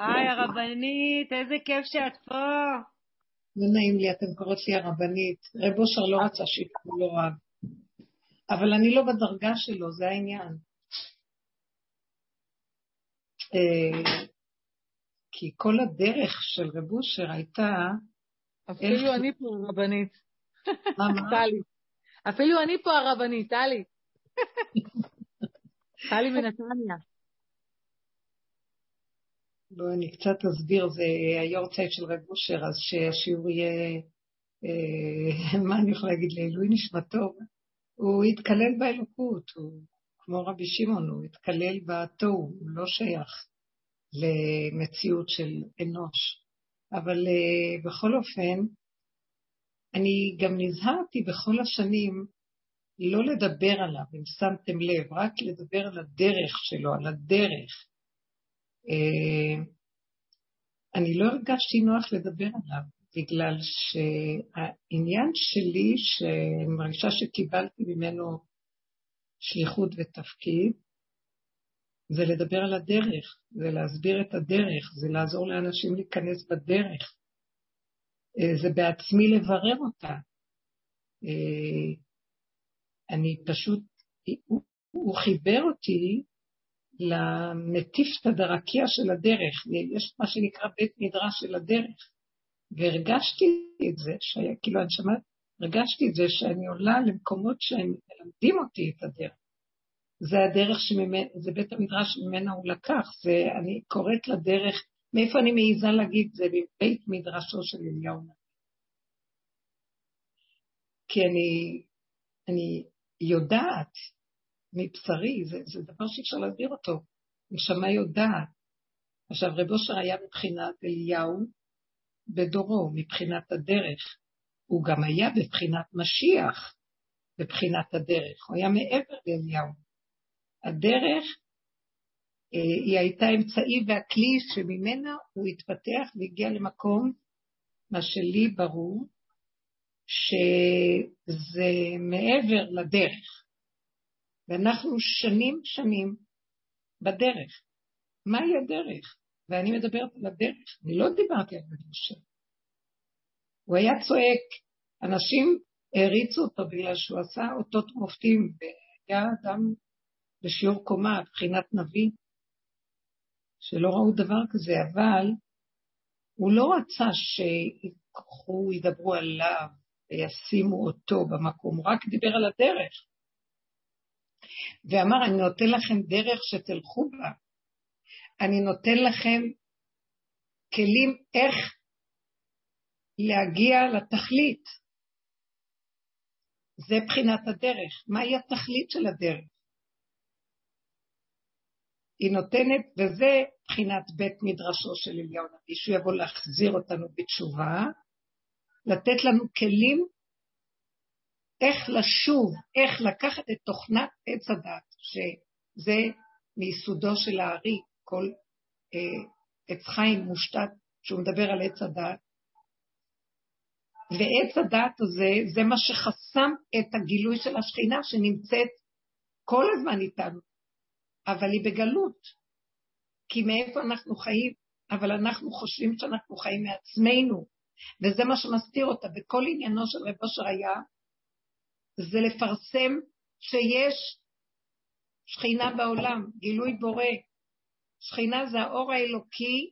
היי הרבנית, איזה כיף שאת פה. לא נעים לי, אתם קוראות לי הרבנית. רב אושר לא רצה שיקראו לו רב. אבל אני לא בדרגה שלו, זה העניין. כי כל הדרך של רב אושר הייתה... אפילו אני פה הרבנית. מה? טלי. אפילו אני פה הרבנית, טלי. טלי מנתניה. לא, אני קצת אסביר, זה היורצייט של רב אושר, אז שהשיעור יהיה... מה אני יכולה להגיד לעילוי נשמתו? הוא התקלל באלוקות, הוא כמו רבי שמעון, הוא התקלל בתוהו, הוא לא שייך למציאות של אנוש. אבל בכל אופן, אני גם נזהרתי בכל השנים לא לדבר עליו, אם שמתם לב, רק לדבר על הדרך שלו, על הדרך. אני לא הרגשתי נוח לדבר עליו, בגלל שהעניין שלי, שמרגישה שקיבלתי ממנו שליחות ותפקיד, זה לדבר על הדרך, זה להסביר את הדרך, זה לעזור לאנשים להיכנס בדרך, זה בעצמי לברר אותה. אני פשוט, הוא חיבר אותי למטיפת הדרקיה של הדרך, יש מה שנקרא בית מדרש של הדרך, והרגשתי את זה, כאילו אני שמעת, הרגשתי את זה שאני עולה למקומות שהם מלמדים אותי את הדרך. זה הדרך שממנה, זה בית המדרש שממנה הוא לקח, זה, אני קוראת לדרך, מאיפה אני מעיזה להגיד, זה בית מדרשו של אליהו הנביא. כי אני יודעת מבשרי, זה דבר שאפשר להסביר אותו, נשמה יודעת. עכשיו רב אושר היה מבחינת אליהו בדורו, מבחינת הדרך, הוא גם היה בבחינת משיח, בבחינת הדרך, הוא היה מעבר לאליהו. הדרך היא הייתה אמצעי והכלי שממנה הוא התפתח והגיע למקום, מה שלי ברור, שזה מעבר לדרך. ואנחנו שנים בדרך. מהי הדרך? ואני מדברת על הדרך, אני לא דיברתי על הדרך. הוא היה צועק, אנשים הריצו אותו בגלל שהוא עשה אותות מופתים, והיה אדם בשיעור קומה, בחינת נביא, שלא ראו דבר כזה, אבל הוא לא רצה שיקחו, ידברו עליו, וישימו אותו במקום, הוא רק דיבר על הדרך. ואמר, אני נותן לכם דרך שתלכו בה, אני נותן לכם כלים איך להגיע לתכלית. זה בחינת הדרך. מהי התכלית של הדרך? היא נותנת, וזה בחינת בית מדרשו של אליהו הנביא, שהוא יבוא להחזיר אותנו בתשובה, לתת לנו כלים איך לשוב, איך לקחת את תוכנת עץ הדת, שזה מיסודו של הארי, כל עץ חיים מושתת, שהוא מדבר על עץ הדת, ועץ הדת הזה, זה מה שחסם את הגילוי של השכינה, שנמצאת כל הזמן איתנו, אבל היא בגלות, כי מאיפה אנחנו חיים, אבל אנחנו חושבים שאנחנו חיים מעצמנו, וזה מה שמסתיר אותה, וכל עניינו של רב אושר היה, זה לפרסם שיש שכינה בעולם, גילוי בורא, שכינה זה האור האלוקי,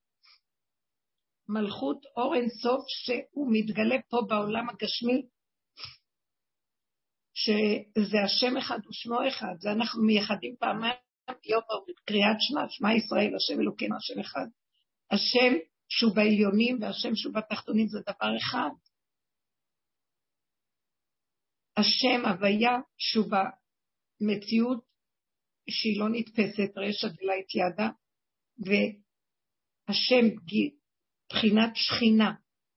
מלכות אור אינסוף שהוא מתגלה פה בעולם הגשמי, שזה השם אחד ושמו אחד, זה אנחנו מייחדים פעמיים יום בקריאת שמע, שמע ישראל, השם אלוקינו, השם אחד. השם שהוא בעליונים והשם שהוא בתחתונים זה דבר אחד. השם הוויה שהוא במציאות שהיא לא נתפסת, רשע דלית ידה, והשם בחינת שכינה,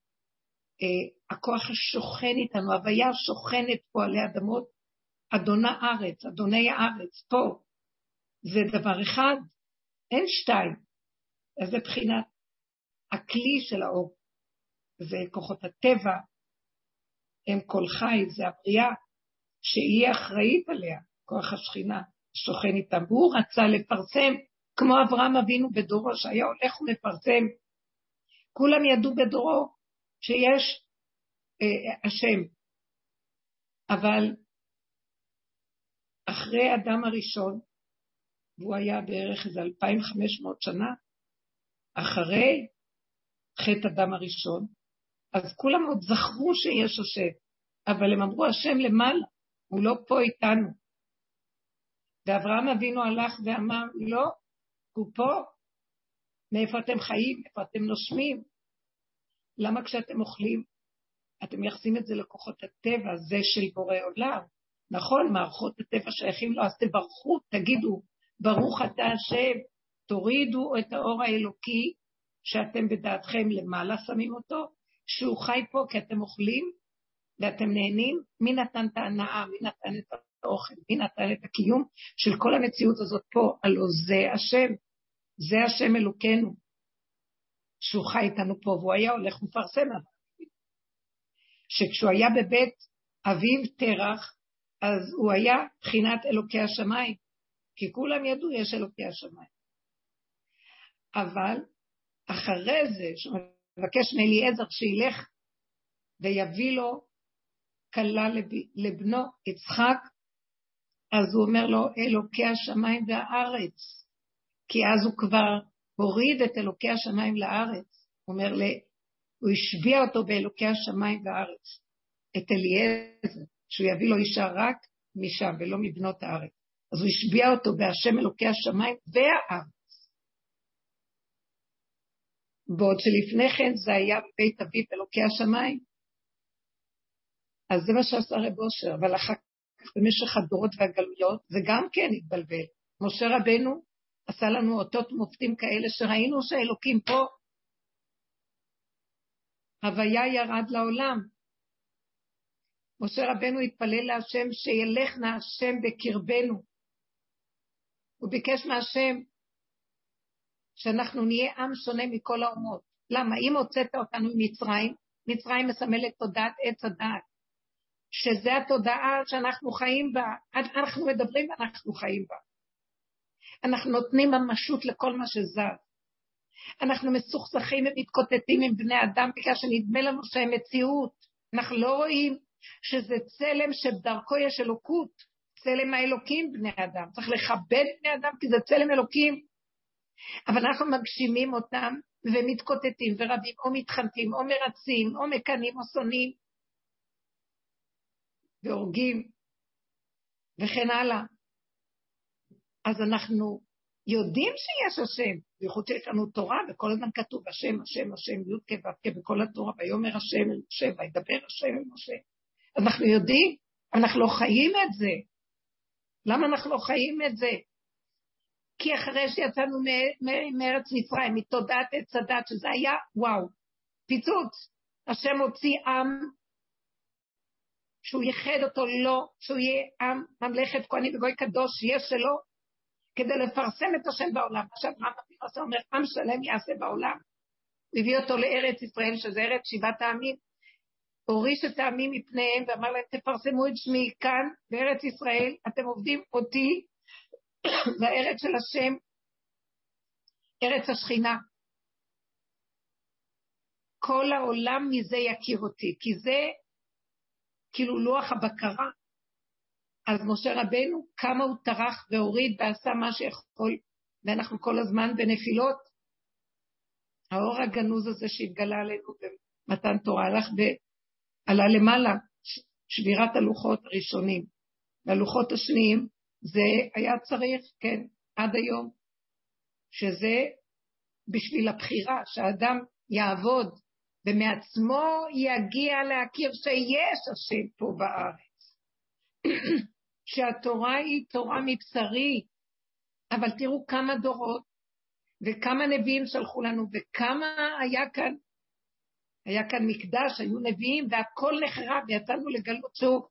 הכוח השוכן איתנו, הוויה שוכנת פה עלי אדמות, אדונה ארץ, אדוני הארץ, פה, זה דבר אחד, אין שתיים, אז זה בחינת הכלי של האור, זה כוחות הטבע, הם כל חי, זה הבריאה, שהיא אחראית עליה, כוח השכינה, שוכן איתם, והוא רצה לפרסם כמו אברהם אבינו בדורו, שהיה הולך ומפרסם, כולם ידעו בדורו שיש השם, אבל אחרי אדם הראשון, והוא היה בערך איזה 2500 שנה, אחרי חטא אדם הראשון, אז כולם עוד זכרו שיש השם, אבל הם אמרו השם למעלה, הוא לא פה איתנו. ואברהם אבינו הלך ואמר, לא, הוא פה, מאיפה אתם חיים, מאיפה אתם נושמים, למה כשאתם אוכלים, אתם מייחסים את זה לכוחות הטבע, זה של בורא עולם, נכון, מערכות הטבע שייכים לו, אז תברכו, תגידו, ברוך אתה השם, תורידו את האור האלוקי, שאתם בדעתכם למעלה שמים אותו, שהוא חי פה כי אתם אוכלים, ואתם נהנים, מי נתן את ההנאה, מי נתן את האוכל, מי נתן את הקיום של כל המציאות הזאת פה, הלא זה השם, זה השם אלוקנו, שהוא חי איתנו פה, והוא היה הולך מפרסם, שכשהוא היה בבית אביו תרח, אז הוא היה בחינת אלוקי השמיים, כי כולם ידעו יש אלוקי השמיים. אבל אחרי זה, שמבקש מאליעזר שילך ויביא לו כלה לבנו יצחק, אז הוא אומר לו אלוקי השמיים והארץ, כי אז הוא כבר הוריד את אלוקי השמיים לארץ, הוא אומר הוא השביע אותו באלוקי השמיים והארץ, את אליעזר, שהוא יביא לו אישה רק משם ולא מבנות הארץ, אז הוא השביע אותו בהשם אלוקי השמיים והארץ, בעוד שלפני כן זה היה בבית אביו אלוקי השמיים, אז זה מה שעשה רב אושר, אבל אחר כך במשך הדורות והגלויות, זה גם כן התבלבל, משה רבנו עשה לנו אותות מופתים כאלה, שראינו שהאלוקים פה, הוויה ירד לעולם, משה רבנו התפלל להשם שילכנה השם בקרבנו, הוא ביקש מהשם שאנחנו נהיה עם שונה מכל האומות. למה? אם הוצאת אותנו ממצרים, מצרים מסמלת תודעת עץ הדעת, שזה התודעה שאנחנו חיים בה, אנחנו מדברים ואנחנו חיים בה. אנחנו נותנים ממשות לכל מה שזז. אנחנו מסוכסכים ומתקוטטים עם בני אדם, בגלל שנדמה לנו שהם מציאות. אנחנו לא רואים שזה צלם שבדרכו יש אלוקות, צלם האלוקים בני אדם. צריך לכבד בני אדם כי זה צלם אלוקים. אבל אנחנו מגשימים אותם ומתקוטטים ורבים או מתחנתים או מרצים או מקנים או שונאים והורגים וכן הלאה. אז אנחנו יודעים שיש השם, בייחוד שיש לנו תורה וכל הזמן כתוב השם, השם, השם, י' כ' ו' כ' בכל התורה, ויאמר השם אל משה, וידבר השם אל משה. אנחנו יודעים, אנחנו לא חיים את זה. למה אנחנו לא חיים את זה? כי אחרי שיצאנו מארץ מצרים, מתודעת עץ הדת, שזה היה, וואו, פיצוץ. השם הוציא עם, שהוא ייחד אותו לו, שהוא יהיה עם, ממלכת כהנים וגוי קדוש, יש שלו, כדי לפרסם את השם בעולם. עכשיו רב אבינו אומר, עם שלם יעשה בעולם. הוא הביא אותו לארץ ישראל, שזה ארץ שבעת העמים, הוריש את העמים מפניהם, ואמר להם, תפרסמו את שמי כאן, בארץ ישראל, אתם עובדים אותי, זה הארץ של השם, ארץ השכינה. כל העולם מזה יכיר אותי, כי זה כאילו לוח הבקרה. אז משה רבנו, כמה הוא טרח והוריד ועשה מה שיכול, ואנחנו כל הזמן בנפילות. האור הגנוז הזה שהתגלה עלינו במתן תורה, עלה למעלה, שבירת הלוחות הראשונים, והלוחות השניים, זה היה צריך, כן, עד היום, שזה בשביל הבחירה, שהאדם יעבוד, ומעצמו יגיע להכיר שיש השם פה בארץ. שהתורה היא תורה מבשרי, אבל תראו כמה דורות, וכמה נביאים שלחו לנו, וכמה היה כאן מקדש, היו נביאים, והכל נחרב, ויצאנו לגלות שוב.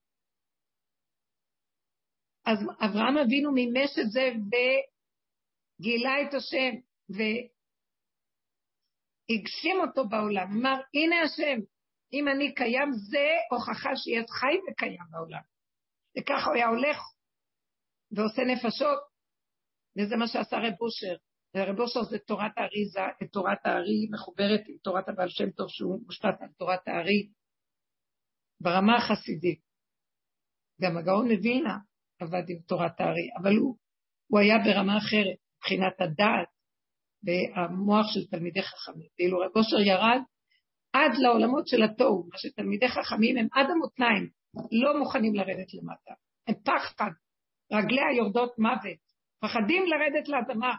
אז אברהם אבינו מימש את זה, וגילה את השם, והגשים אותו בעולם, אמר, הנה השם, אם אני קיים, זה הוכחה שיש חי וקיים בעולם. וככה הוא היה הולך, ועושה נפשות, וזה מה שעשה רב אושר, רב אושר זה תורת האריזה, תורת הארי מחוברת עם תורת הבעל שם טוב שהוא מושתת על תורת הארי ברמה החסידית. גם הגאון מווילנה עבד עם תורת הארי, אבל הוא היה ברמה אחרת, מבחינת הדעת והמוח של תלמידי חכמים. ואילו רב אושר ירד עד לעולמות של התוהו, מה שתלמידי חכמים הם עד המותניים, לא מוכנים לרדת למטה. הם פחד, רגליה יורדות מוות, פחדים לרדת לאדמה.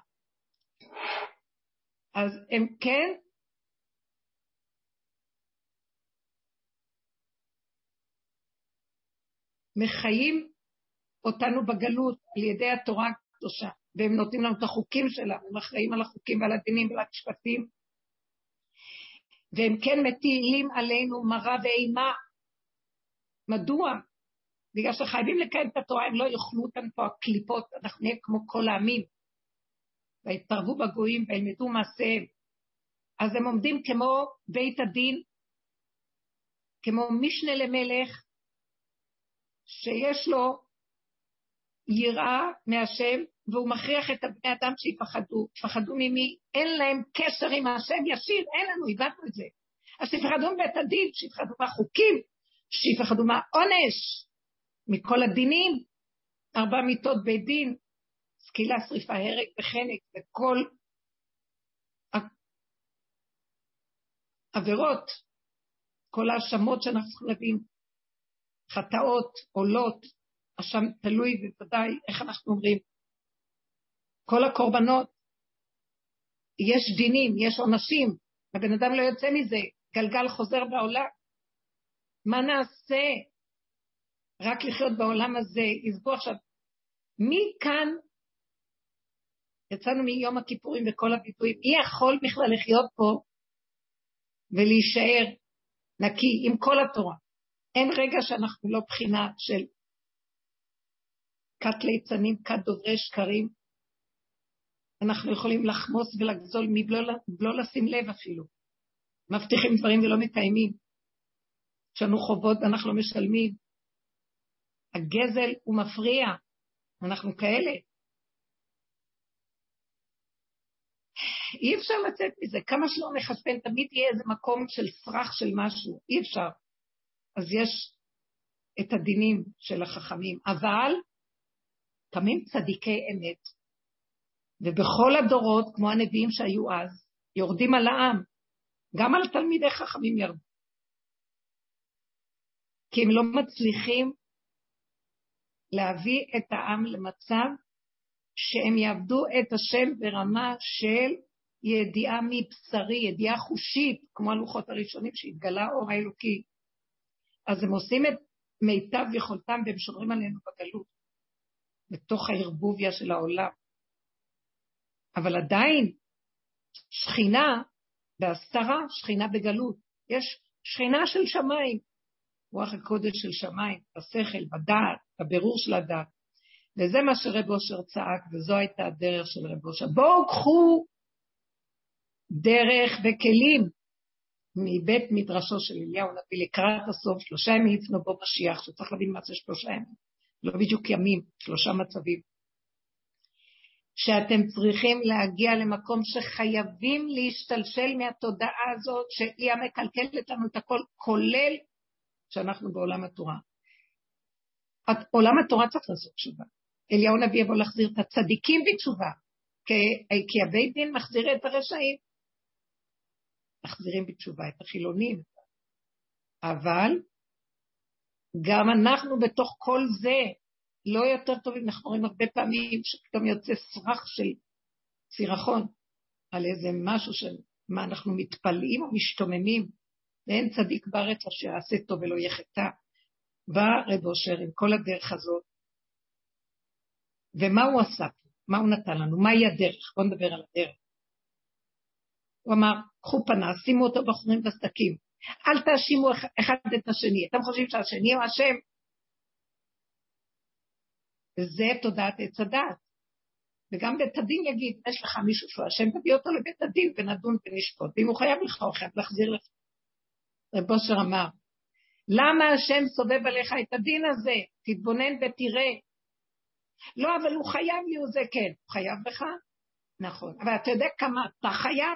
אז הם כן מחיים אותנו בגלות על ידי התורה הקדושה, והם נותנים לנו את החוקים שלה, הם אחראים על החוקים ועל הדינים ועל המשפטים, והם כן מטילים עלינו מראה ואימה. מדוע? בגלל שחייבים לקיים את התורה, הם לא יאכלו אותנו פה הקליפות, אנחנו נהיה כמו כל העמים, והתפרבו בגויים וילמדו מעשיהם. אז הם עומדים כמו בית הדין, כמו משנה למלך, שיש לו יראה מהשם, והוא מכריח את הבני אדם שיפחדו. תפחדו ממי? אין להם קשר עם השם ישיר, אין לנו, איבדנו את זה. אז שיפחדו מבית הדין, שיפחדו מהחוקים, שיפחדו מהעונש, מכל הדינים, 4 מיתות בית דין, סקילה, שריפה, הרג וחנק, וכל עבירות, כל האשמות שאנחנו חייבים, חטאות, עולות, אשם תלוי ובוודאי, איך אנחנו אומרים, כל הקורבנות, יש דינים, יש עונשים, הבן אדם לא יוצא מזה, גלגל חוזר בעולם, מה נעשה? רק לחיות בעולם הזה, יסבו עכשיו, מי כאן, יצאנו מיום הכיפורים וכל הביטויים, מי יכול בכלל לחיות פה, ולהישאר נקי עם כל התורה? אין רגע שאנחנו לא בחינה של קט ליצנים, קט דוברי שקרים, אנחנו יכולים לחמוס ולגזול מבלא לשים לב אפילו, מבטיחים דברים ולא מקיימים, כשאנו חובות אנחנו לא משלמים, הגזל הוא מפריע, אנחנו כאלה, אי אפשר לצאת מזה, כמה שלא נחשפן, תמיד יהיה איזה מקום של סרח של משהו, אי אפשר, אז יש את הדינים של החכמים, אבל קמים צדיקי אמת, ובכל הדורות, כמו הנביאים שהיו אז, יורדים על העם, גם על תלמידי חכמים ירדו, כי הם לא מצליחים להביא את העם למצב, שהם יעבדו את השם ברמה של ידיעה מבשרי, ידיעה חושית, כמו הלוחות הראשונים שהתגלה אור האלוקי. אז הם עושים את מיטב יכולתם והם שומרים עלינו בגלות, בתוך הערבוביה של העולם. אבל עדיין שכינה בהסתרה, שכינה בגלות. יש שכינה של שמיים, רוח הקודש של שמיים, בשכל, בדעת, בבירור של הדעת. וזה מה שרב אושר צעק, וזו הייתה הדרך של רב אושר. בואו קחו דרך וכלים מבית מדרשו של אליהו הנביא לקראת הסוף, 3 ימים לפני בוא משיח, שצריך להבין מה זה 3 ימים, לא בדיוק ימים, 3 מצבים. שאתם צריכים להגיע למקום שחייבים להשתלשל מהתודעה הזאת, שהיא המקלקלת לנו את הכל, כולל שאנחנו בעולם התורה. עולם התורה צריך לעשות תשובה. אליהו הנביא יבוא להחזיר את הצדיקים בתשובה, כי הבית דין מחזיר את הרשעים. מחזירים בתשובה את החילונים. אבל גם אנחנו בתוך כל זה לא יותר טובים, אנחנו רואים הרבה פעמים שפתאום יוצא סרח של סירחון על איזה משהו של מה אנחנו מתפלאים או משתוממים, ואין צדיק בארץ שיעשה טוב ולא יחטא. בא רב אושר עם כל הדרך הזאת, ומה הוא עשה? מה הוא נתן לנו? מהי הדרך? בואו נדבר על הדרך. הוא אמר, קחו פנס, שימו אותו בחורים בסדקים, אל תאשימו אחד את השני, אתם חושבים שהשני הוא השם? וזה תודעת עץ הדעת. וגם בית הדין יגיד, יש לך מישהו שהוא השם, תביא אותו לבית הדין ונדון ונשפוט, ואם הוא חייב לך או חייב להחזיר לך. רב אושר אמר, למה השם סובב עליך את הדין הזה? תתבונן ותראה. לא, אבל הוא חייב לי, זה כן, הוא חייב לך, נכון, אבל אתה יודע כמה אתה חייב?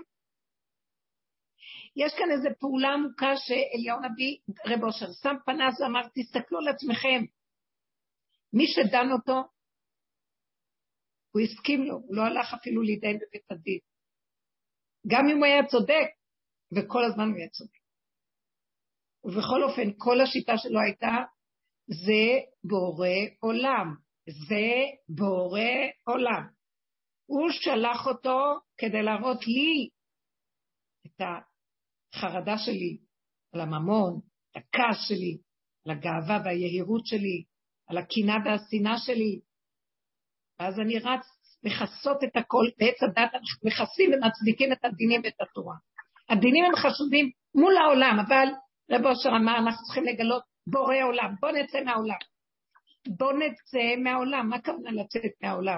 יש כאן איזו פעולה עמוקה שאליהו נביא, רב אושר, שם פנס ואמר, תסתכלו על עצמכם. מי שדן אותו, הוא הסכים לו, הוא לא הלך אפילו להידיין בבית הדין. גם אם הוא היה צודק, וכל הזמן הוא היה צודק. ובכל אופן, כל השיטה שלו הייתה, זה בורא עולם. זה בורא עולם. הוא שלח אותו כדי להראות לי את החרדה שלי, על הממון, את הכעס שלי, על הגאווה והיהירות שלי, על הקנאה והשנאה שלי. ואז אני רץ לחסות את הכל, בעץ הדת אנחנו מכסים ומצדיקים את הדינים ואת התורה. הדינים הם חשובים מול העולם, אבל רב אושר אמר, אנחנו צריכים לגלות בורא עולם, בוא נצא מהעולם. בוא נצא מהעולם, מה כוונה לצאת מהעולם?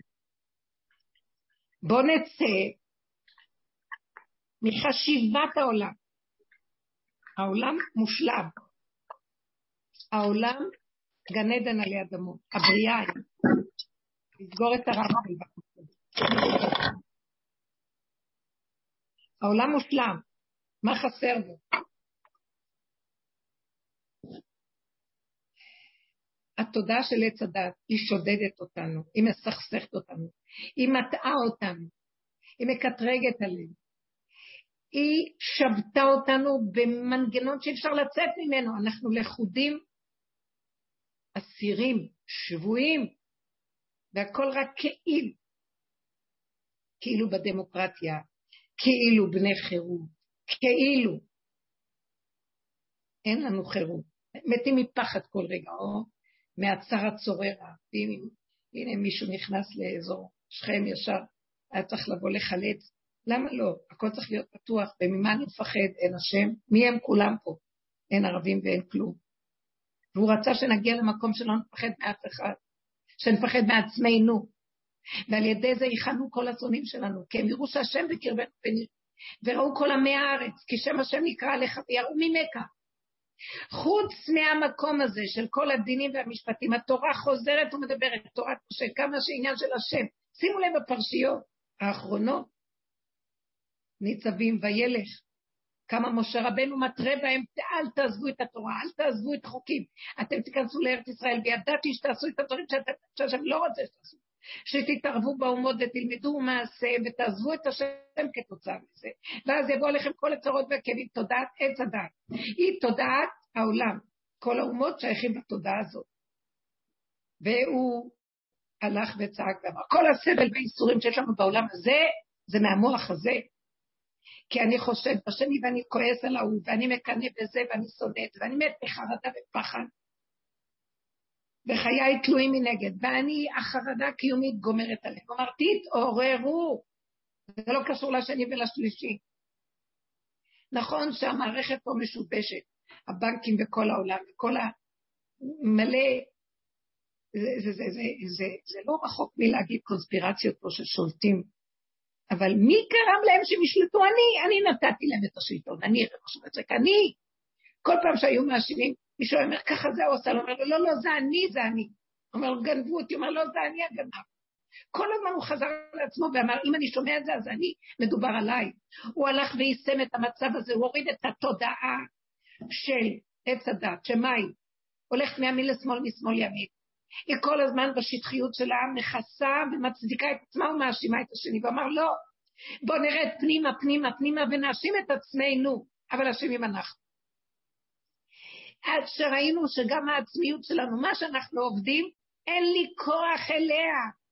בוא נצא מחשיבת העולם. העולם מושלם. העולם גן עדן עלי אדמות. הבריאה היא. לסגור את הרמב"ם. העולם מושלם. מה חסר בו? התודעה של עץ הדת היא שודדת אותנו, היא מסכסכת אותנו, היא מטעה אותנו, היא מקטרגת עלינו. היא שבתה אותנו במנגנון שאפשר לצאת ממנו. אנחנו לכודים, אסירים, שבויים, והכל רק כאילו. כאילו בדמוקרטיה, כאילו בני חירות, כאילו. אין לנו חירות. מתים מפחד כל רגע, או מהצר הצורר. הנה מישהו נכנס לאזור שכם ישר, היה צריך לבוא לחלץ. למה לא? הכל צריך להיות פתוח, וממה אני מפחד? אין השם. מי הם כולם פה? אין ערבים ואין כלום. והוא רצה שנגיע למקום שלא נפחד מאף אחד, שנפחד מעצמנו, ועל ידי זה ייחנו כל השונאים שלנו, כי הם יראו שהשם בקרבנו וראו כל עמי הארץ, כי שם השם נקרא עליך ויראו ממך. חוץ מהמקום הזה של כל הדינים והמשפטים, התורה חוזרת ומדברת, תורת משה, כמה שעניין של השם. שימו לב בפרשיות האחרונות, ניצבים וילך, כמה משה רבנו מטרה בהם, אל תעזבו את התורה, אל תעזבו את החוקים, אתם תיכנסו לארץ ישראל, וידעתי שתעשו את הדברים שהשם לא רוצה שתעשו, שתתערבו באומות ותלמדו מעשה, ותעזבו את השם כתוצאה מזה, ואז יבוא עליכם כל הצרות והכאבים. תודעת עץ הדת, היא תודעת העולם, כל האומות שייכים בתודעה הזאת, והוא הלך וצעק ואמר, כל הסבל והאיסורים שיש לנו בעולם הזה, זה מהמוח הזה, כי אני חושב בשני ואני כועס על ההוא, ואני מקנא בזה ואני שונאת, ואני מת בחרדה ופחד, וחיי תלויים מנגד, ואני החרדה קיומית גומרת עליהם. אמרתי, תתעוררו, זה לא קשור לשני ולשלישי. נכון שהמערכת פה משובשת, הבנקים בכל העולם, וכל המלא, זה לא רחוק מלהגיד קונספירציות פה ששולטים, אבל מי קרם להם שמשלטו? אני נתתי להם את השלטון, אני, כל פעם שהיו מאשימים, מישהו אומר, ככה זה עושה, הוא אומר לו, לא, זה אני, אומר לו, גנבו אותי, אומר לו, זה אני הגנב. כל הזמן הוא חזר לעצמו ואמר, אם אני שומע את זה, אז אני, מדובר עליי. הוא הלך ויישם את המצב הזה, הוא הוריד את התודעה של עץ הדת, שמה היא? הולכת מימין לשמאל, משמאל ימין. היא כל הזמן בשטחיות שלה מכסה ומצדיקה את עצמה ומאשימה את השני, ואמר לא, בוא נרד פנימה ונאשים את עצמנו, אבל אשמים אנחנו. עד שראינו שגם העצמיות שלנו, מה שאנחנו עובדים, אין לי כוח אליה.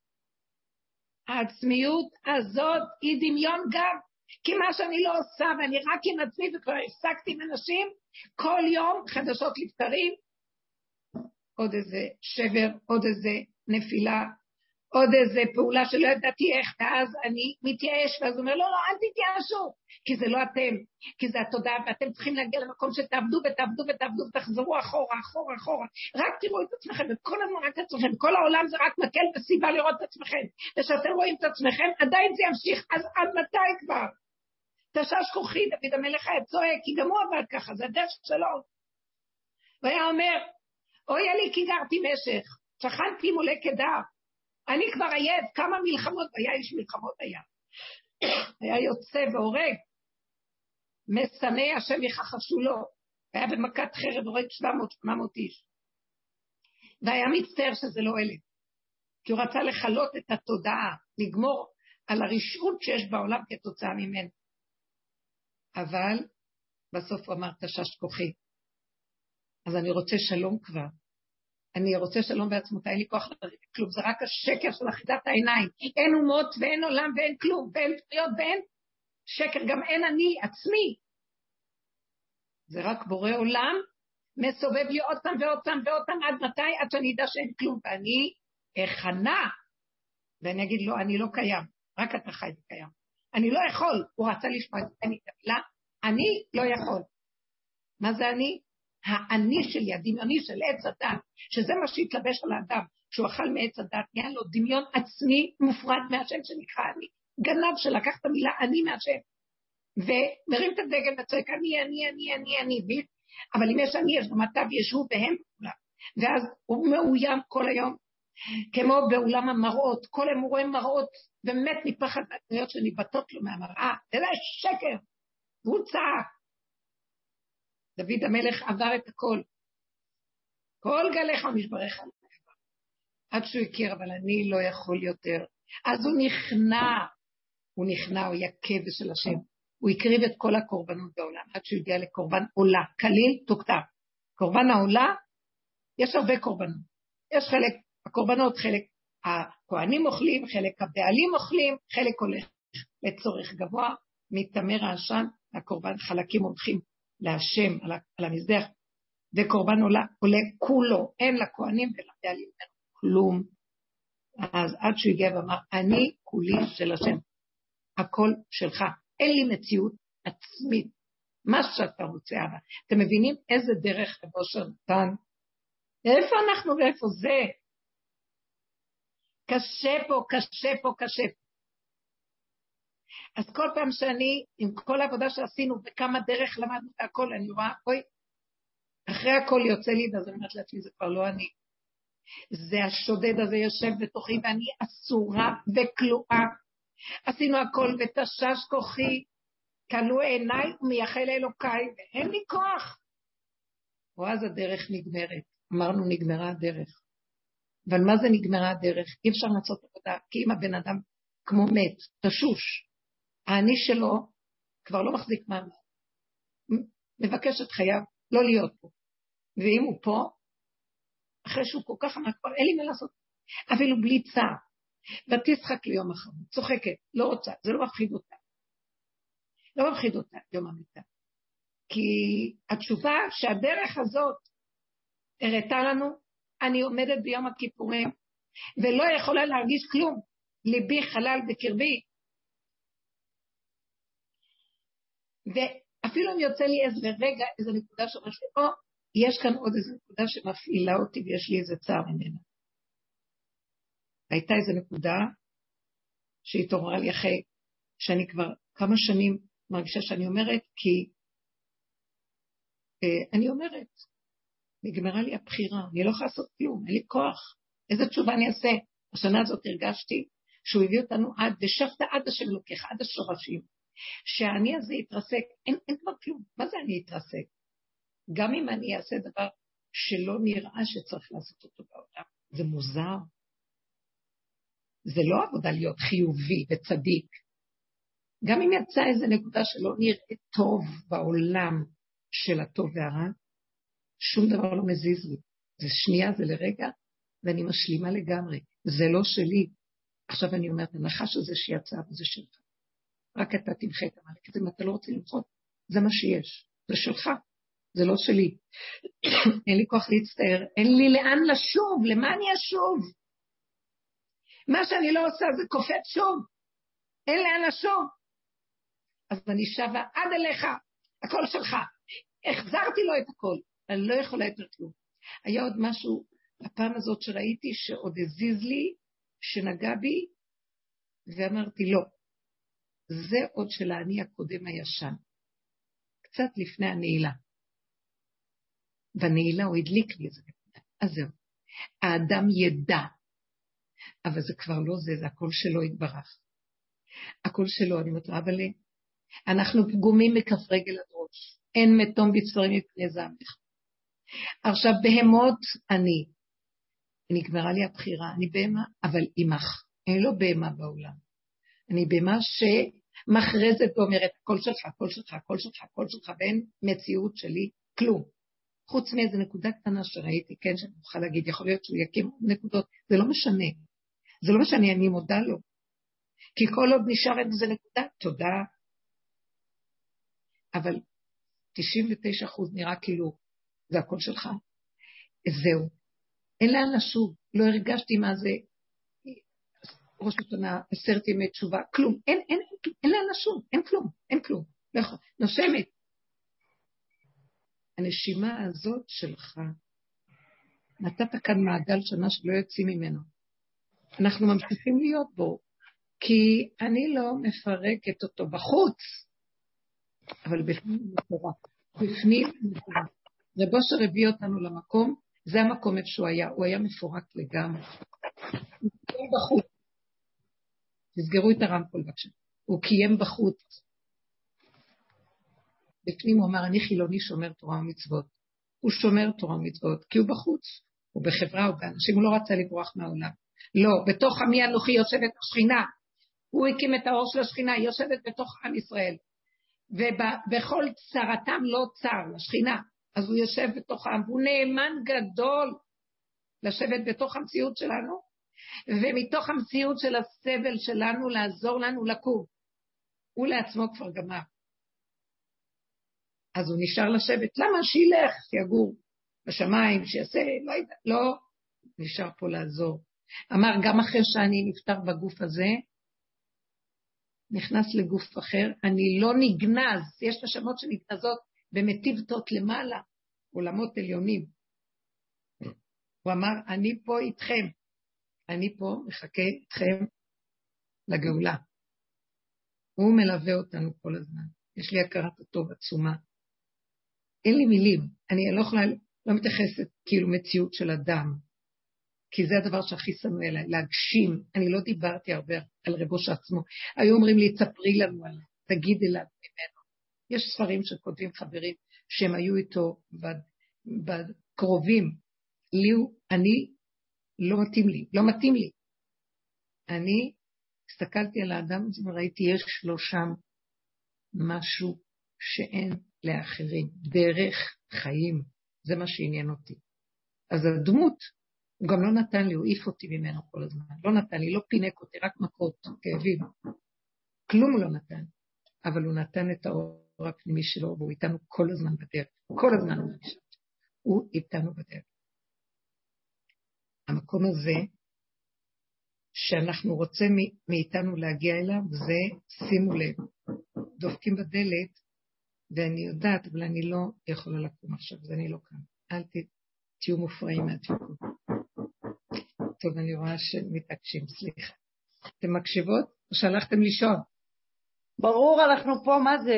העצמיות הזאת היא דמיון גם, כי מה שאני לא עושה ואני רק עם עצמי וכבר הפסקתי עם אנשים, כל יום חדשות לבקרים, עוד איזה שבר, עוד איזה נפילה, עוד איזה פעולה שלא ידעתי איך, ואז אני מתייאש, ואז הוא אומר, לא, אל תתייאשו, כי זה לא אתם, כי זה התודעה, ואתם צריכים להגיע למקום שתעבדו ותחזרו אחורה, רק תראו את עצמכם, וכל הזמן רק את עצמכם, כל העולם זה רק מקל וסיבה לראות את עצמכם, ושאתם רואים את עצמכם, עדיין זה ימשיך, אז עד מתי כבר? תשש כוחי, דוד המלך היה צועק, כי גם הוא עבד ככה, זה הדרך שלו. והיה אומר, אוי לי כי גרתי משך, שכנתי מולה כדר, אני כבר עייף, כמה מלחמות, היה איש מלחמות היה יוצא והורג, משנאי השם יחשו לו, היה במכת חרב הורג 700 איש, והיה מצטער שזה לא אלף, כי הוא רצה לחלות את התודעה, לגמור על הרשעות שיש בעולם כתוצאה ממנו. אבל בסוף הוא אמר, תשש כוחי. אז אני רוצה שלום כבר. אני רוצה שלום בעצמותי, אין לי כוח כלום, זה רק השקר של אחידת העיניים. אין אומות ואין עולם ואין כלום, ואין פריות ואין שקר, גם אין אני עצמי. זה רק בורא עולם, מסובב לי אותם ואותם ואותם, עד מתי? עד שאני אדע שאין כלום, ואני אכנה, ואני אגיד לו, אני לא קיים, רק אתה חי וקיים. אני לא יכול, הוא רצה לשמוע את המילה, אני לא יכול. מה זה אני? האני שלי, הדמיוני של עץ הדת, שזה מה שהתלבש על האדם, שהוא אכל מעץ הדת, נהיה לו דמיון עצמי מופרד מהשם שנקרא אני, גנב שלקח את המילה אני מהשם, ומרים את הדגל וצועק אני, אבל אם יש אני, יש גם אתה וישו והם כולם, ואז הוא מאוים כל היום, כמו בעולם המראות, כל הם רואים מראות, באמת מפחד מהדמויות שניבטות לו מהמראה, זה שקר, והוא צעק, דוד המלך עבר את הכל, כל גליך ומשבריך, עד שהוא הכיר, אבל אני לא יכול יותר. אז הוא נכנע, הוא היה כבש של השם, הוא הקריב את כל הקורבנות בעולם, עד שהוא הגיע לקורבן עולה, כליל תוקתק. קורבן העולה, יש הרבה קורבנות, יש חלק, הקורבנות חלק, הכהנים אוכלים, חלק הבעלים אוכלים, חלק הולך לצורך גבוה, מתמר העשן, הקורבן חלקים הולכים, להשם על המזבח, וקורבן עולה כולו, אין לכהנים ולבעלים כלום. אז עד שהוא הגיע ואמר, אני כולי של השם, הכל שלך, אין לי מציאות עצמית, מה שאתה רוצה. אבל אתם מבינים איזה דרך לבושר נתן? איפה אנחנו ואיפה זה? קשה פה. אז כל פעם שאני, עם כל העבודה שעשינו, וכמה דרך למדנו הכל, אני רואה, אוי, אחרי הכל יוצא לי, אז אני אומרת לעצמי, זה כבר לא אני. זה השודד הזה יושב בתוכי, ואני אסורה וכלואה. עשינו הכל, ותשש כוחי, קלו עיניי ומייחל אלוקיי, ואין לי כוח. ואז הדרך נגמרת. אמרנו, נגמרה הדרך. אבל מה זה נגמרה הדרך? אי אפשר לעשות עבודה, כי אם הבן אדם כמו מת, תשוש, האני שלו כבר לא מחזיק מעמד, מבקש את חייו לא להיות פה, ואם הוא פה, אחרי שהוא כל כך עמד כבר, אין לי מה לעשות, אפילו בלי צער, ותשחק ליום אחרון, צוחקת, לא רוצה, זה לא מפחיד אותה, יום המיטה, כי התשובה שהדרך הזאת הראתה לנו, אני עומדת ביום הכיפורים, ולא יכולה להרגיש כלום, ליבי חלל בקרבי, ואפילו אם יוצא לי איזה רגע, איזו נקודה שאומרת לי, יש כאן עוד איזו נקודה שמפעילה אותי, ויש לי איזה צער ממנה. הייתה איזו נקודה, שהתעוררה לי אחרי, שאני כבר כמה שנים מרגישה שאני אומרת, כי אני אומרת, נגמרה לי הבחירה, אני לא יכולה לעשות כלום, אין לי כוח, איזה תשובה אני אעשה? השנה הזאת הרגשתי, שהוא הביא אותנו עד, ושבת עד השם לוקח, עד השורשים, שהאני הזה יתרסק, אין כבר כלום, מה זה אני יתרסק? גם אם אני אעשה דבר שלא נראה שצריך לעשות אותו בעולם, זה מוזר, זה לא עבודה להיות חיובי וצדיק, גם אם יצא איזה נקודה שלא נראה טוב בעולם של הטוב והרע, שום דבר לא מזיז לי, זה שנייה, זה לרגע, ואני משלימה לגמרי, זה לא שלי, עכשיו אני אומרת, הנחש הזה שיצא וזה שלך, רק אתה תמחה את המלאכת, אם אתה לא רוצה למחות, זה מה שיש, זה שלך, זה לא שלי, אין לי כוח להצטער, אין לי לאן לשוב, למה אני אשוב? מה שאני לא עושה זה קופץ שוב, אין לאן לשוב, אז אני שווה עד אליך, הכל שלך, החזרתי לו את הכל, אני לא יכולה יותר כלום. היה עוד משהו, הפעם הזאת שראיתי שעוד הזיז לי, שנגע בי, ואמרתי לא, זה עוד של האני הקודם הישן, קצת לפני הנעילה. בנעילה הוא הדליק לי איזה נקודה, אז זהו, האדם ידע אבל זה כבר לא זה, זה הכל שלו יתברך. הכל שלו, אני אומרת, אבל אנחנו פגומים מכף רגל עד ראש. אין מתום בצפרים מפני זעמך. עכשיו, בהמות נגמרה לי הבחירה, אני בהמה, אבל עמך. אני לא בהמה בעולם. אני בהמה שמחרזת ואומרת, הכל שלך, הכל שלך, הכל שלך, הכל שלך, ואין מציאות שלי, כלום. חוץ מאיזו נקודה קטנה שראיתי, כן, שאני אוכל להגיד, יכול להיות שהוא יקים נקודות, זה לא משנה. זה לא משנה, אני מודה לו. כי כל עוד נשאר איזה נקודה, תודה. אבל 99% נראה כאילו, זה הכל שלך. זהו. אין לאן לשוב, לא הרגשתי מה זה, ראש השנה, 10 ימי תשובה, כלום, אין לאן לשוב, אין כלום, לא יכול, נושמת. הנשימה הזאת שלך, נתת כאן מעגל שנה שלא יוצאים ממנו. אנחנו ממשיכים להיות בו, כי אני לא מפרקת אותו בחוץ, אבל בפנים מפורק, בפנים מפורק. רב אושר הביא אותנו למקום, זה המקום איפה שהוא היה, הוא היה מפורק לגמרי. הוא קיים בחוץ. תסגרו את הרמקול בבקשה. הוא קיים בחוץ. בפנים הוא אמר, אני חילוני שומר תורה ומצוות. הוא שומר תורה ומצוות, כי הוא בחוץ. הוא בחברה, הוא באנשים, הוא לא רצה לברוח מהעולם. לא, בתוך עמי אנוכי יושבת השכינה. הוא הקים את האור של השכינה, היא יושבת בתוך עם ישראל. ובכל צרתם לא צר, השכינה. אז הוא יושב בתוך העם, והוא נאמן גדול לשבת בתוך המציאות שלנו, ומתוך המציאות של הסבל שלנו, לעזור לנו לקום. הוא לעצמו כבר גמר. אז הוא נשאר לשבת, למה? שילך, שיגור בשמיים, שיעשה, לא, נשאר פה לעזור. אמר, גם אחרי שאני נפטר בגוף הזה, נכנס לגוף אחר, אני לא נגנז, יש נשמות שנגנזות במטיבתות למעלה, עולמות עליונים. הוא אמר, אני פה איתכם, אני פה מחכה איתכם לגאולה. הוא מלווה אותנו כל הזמן, יש לי הכרת הטוב עצומה. אין לי מילים, אני לא מתייחסת כאילו מציאות של אדם, כי זה הדבר שהכי שנו אליי, להגשים. אני לא דיברתי הרבה על רב אושר עצמו. היו אומרים לי, תספרי לנו עליו, תגידי לנו ממנו. יש ספרים שכותבים חברים שהם היו איתו בקרובים. אני לא מתאים לי. אני הסתכלתי על האדם הזה וראיתי, יש לו שם משהו שאין לאחרים. דרך חיים, זה מה שעניין אותי. אז הדמות, הוא גם לא נתן לי, הוא העיף אותי ממנו כל הזמן. לא נתן לי, לא פינק אותי, רק מכות, כאבים. כלום הוא לא נתן. אבל הוא נתן את האור הפנימי שלו, והוא איתנו כל הזמן בדרך. כל הזמן הוא איתנו בדרך. המקום הזה, שאנחנו רוצים מאיתנו להגיע אליו, זה, שימו לב, דופקים בדלת, ואני יודעת, אבל אני לא יכולה לקום עכשיו, אז אני לא כאן. אל תהיו מופרעים מהדפיקות. טוב, אני רואה שמתעקשים, סליחה. אתם מקשיבות או שהלכתם לישון? ברור, אנחנו פה, מה זה?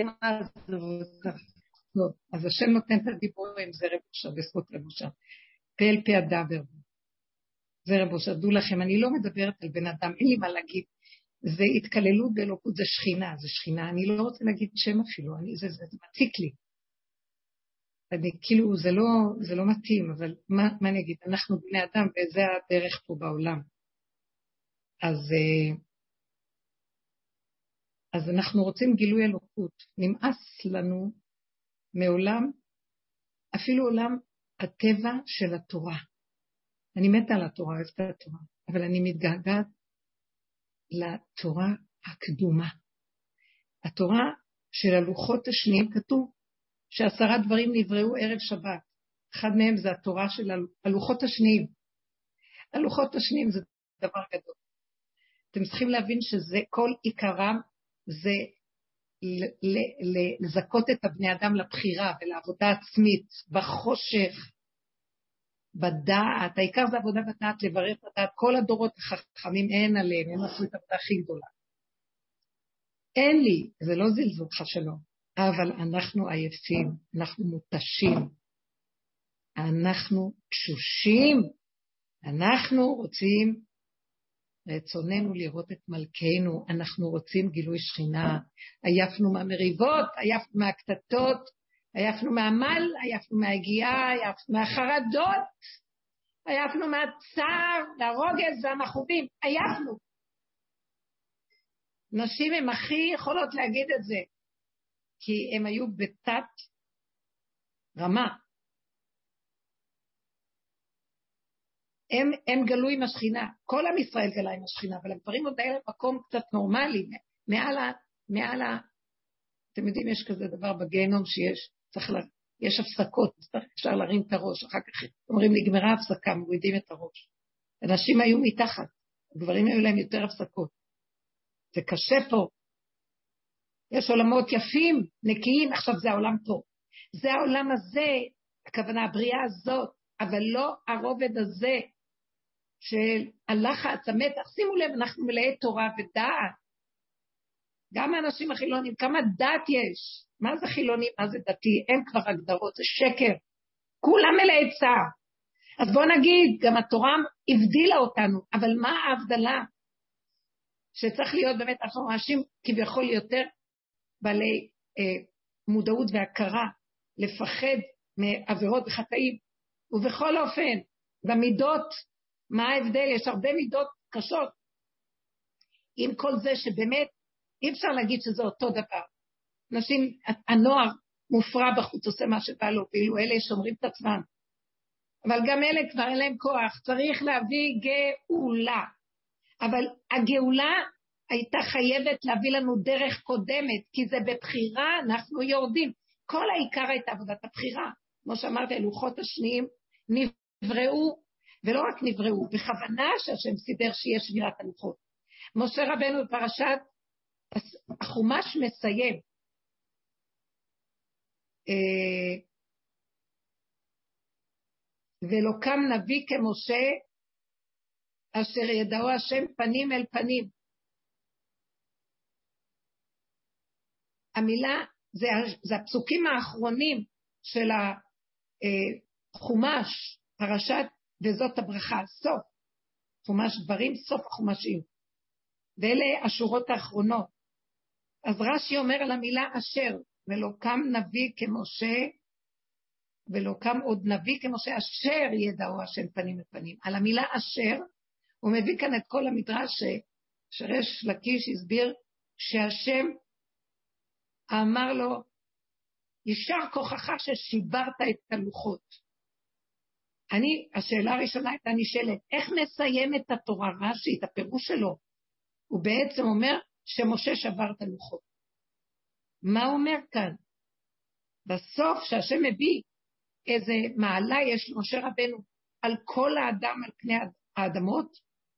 טוב, אז השם נותן את הדיבורים, זה רב אושר, בזכות רב אושר. פה אל פה הדבר. זה רב אושר, דעו לכם, אני לא מדברת על בן אדם, אין לי מה להגיד. זה התקללות באלוקות, זה שכינה, אני לא רוצה להגיד שם אפילו, זה מציק לי. כאילו, זה לא מתאים, אבל מה אני אגיד? אנחנו בני אדם, וזה הדרך פה בעולם. אז אנחנו רוצים גילוי אלוקות. נמאס לנו מעולם, אפילו עולם הטבע של התורה. אני מתה על התורה, אוהבת את התורה, אבל אני מתגעגעת לתורה הקדומה. התורה של הלוחות השניים כתוב, ש10 דברים נבראו ערב שבת. אחד מהם זה התורה של הלוחות השניים. הלוחות השניים זה דבר גדול. אתם צריכים להבין שזה כל עיקרם, זה לזכות את הבני אדם לבחירה ולעבודה עצמית, בחושך, בדעת. העיקר זה עבודה בדעת, לברר את הדעת. כל הדורות החכמים אין עליהם, הם עשו את העבודה הכי גדולה. אין לי, זה לא זלזול חשלום. אבל אנחנו עייפים, אנחנו מותשים, אנחנו תשושים, אנחנו רוצים רצוננו לראות את מלכנו, אנחנו רוצים גילוי שכינה, עייפנו מהמריבות, עייפנו מהקטטות, עייפנו מהמל, עייפנו מהגיעה, עייפנו מהחרדות, עייפנו מהצער, והרוגז והמחובים, עייפנו. נשים הן הכי יכולות להגיד את זה, כי הן היו בתת רמה. הם גלו עם השכינה, כל עם ישראל גלה עם השכינה, אבל הגברים עוד היה מקום קצת נורמלי, מעל אתם יודעים, יש כזה דבר בגיהנום יש הפסקות, אפשר להרים את הראש, אחר כך אומרים נגמרה הפסקה, מורידים את הראש. אנשים היו מתחת, הגברים היו להם יותר הפסקות. זה קשה פה. יש עולמות יפים, נקיים, עכשיו זה העולם פה. זה העולם הזה, הכוונה, הבריאה הזאת, אבל לא הרובד הזה, של הלחץ, המתח. שימו לב, אנחנו מלאי תורה ודעת. גם האנשים החילונים, כמה דעת יש? מה זה חילונים? מה זה דתי? אין כבר הגדרות, זה שקר. כולם מלאי צער. אז בוא נגיד, גם התורה הבדילה אותנו, אבל מה ההבדלה? שצריך להיות באמת, אנחנו אנשים כביכול יותר בעלי מודעות והכרה, לפחד מעבירות וחטאים, ובכל אופן, במידות, מה ההבדל? יש הרבה מידות קשות, עם כל זה שבאמת, אי אפשר להגיד שזה אותו דבר. אנשים, הנוער מופרע בחוץ, עושה מה שבא לו, ואילו אלה שומרים את עצמם. אבל גם אלה כבר אין להם כוח, צריך להביא גאולה. אבל הגאולה הייתה חייבת להביא לנו דרך קודמת, כי זה בבחירה, אנחנו יורדים. כל העיקר הייתה עבודת הבחירה. כמו שאמרתי, הלוחות השניים נבראו, ולא רק נבראו, בכוונה שהשם סידר שיש שבירת הלוחות. משה רבנו בפרשת, החומש מסיים, ולא קם נביא כמשה, אשר ידעו השם פנים אל פנים. המילה, זה הפסוקים האחרונים של החומש, פרשת, וזאת הברכה, סוף. חומש דברים, סוף החומשים. ואלה השורות האחרונות. אז רש"י אומר על המילה אשר, ולא קם נביא כמשה, ולא קם עוד נביא כמשה, אשר ידעו השם פנים לפנים. על המילה אשר, הוא מביא כאן את כל המדרש שריש לקיש הסביר, שהשם אמר לו, ישר כוחך ששיברת את הלוחות. השאלה הראשונה הייתה נשאלת, איך נסיים את התורה רש"י, את הפירוש שלו? הוא בעצם אומר שמשה שבר את הלוחות. מה הוא אומר כאן? בסוף שהשם מביא איזה מעלה יש למשה רבנו על כל האדם, על פני האדמות,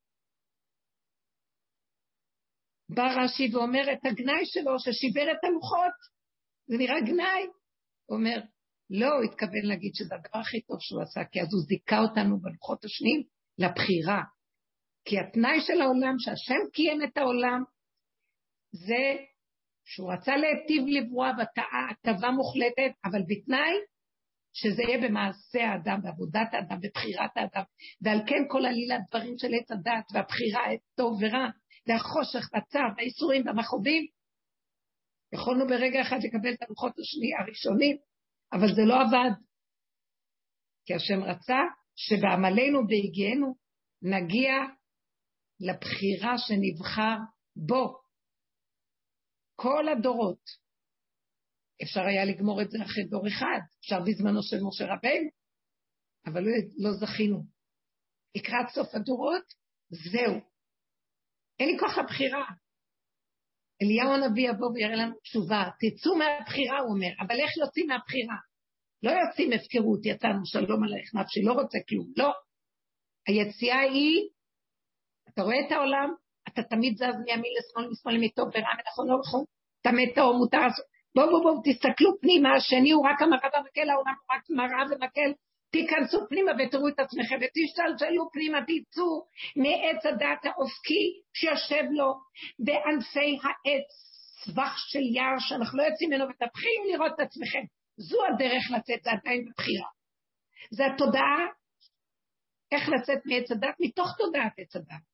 בא רש"י ואומר את הגנאי שלו ששיבר את הלוחות, זה נראה גנאי. הוא אומר, לא, הוא התכוון להגיד שזה הדבר הכי טוב שהוא עשה, כי אז הוא זיקה אותנו בלוחות השניים לבחירה. כי התנאי של העולם, שהשם קיים את העולם, זה שהוא רצה להיטיב לברוע בהטבה מוחלטת, אבל בתנאי שזה יהיה במעשה האדם, בעבודת האדם, בבחירת האדם, ועל כן כל עלילת דברים של עץ הדת, והבחירה טוב ורע, והחושך, והצער, והאיסורים והמחובים, יכולנו ברגע אחד לקבל את הלוחות הראשונים, אבל זה לא עבד. כי השם רצה שבעמלנו בהגיענו נגיע לבחירה שנבחר בו. כל הדורות. אפשר היה לגמור את זה אחרי דור אחד, אפשר בזמנו של משה רבנו, אבל לא זכינו. לקראת סוף הדורות, זהו. אין לי כוח לבחירה. אליהו הנביא יבוא ויראה לנו תשובה, תצאו מהבחירה, הוא אומר, אבל איך יוצאים מהבחירה? לא יוצאים הפקרות, יצאנו שלום עליך נפשי, לא רוצה כלום, לא. היציאה היא, אתה רואה את העולם, אתה תמיד זז מימין לשמאל, משמאל מטוב ורע, מנכון לא נכון, תמת טוב, מותר, בואו, תסתכלו פנימה, השני הוא רק המראה ומקל, העולם הוא רק מראה ומקל, תיכנסו פנימה ותראו את עצמכם, ותשתלשלו פנימה, תצאו מעץ הדעת האופקי שיושב לו בענפי העץ, סבך של יער שאנחנו לא יוצאים ממנו, ותתחילו לראות את עצמכם. זו הדרך לצאת, זה עדיין בבחירה. זה התודעה, איך לצאת מעץ הדעת, מתוך תודעת עץ הדעת.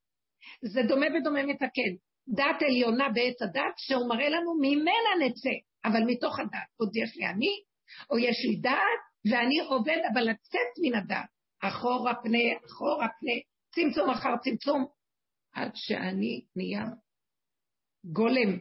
זה דומה ודומה מתקן. דת עליונה בעץ הדת, שהוא מראה לנו ממנה נצא, אבל מתוך הדת. עוד יש לי אני, או יש לי דת, ואני עובד, אבל לצאת מן הדת. אחורה פנה, צמצום אחר צמצום, עד שאני נהיה גולם.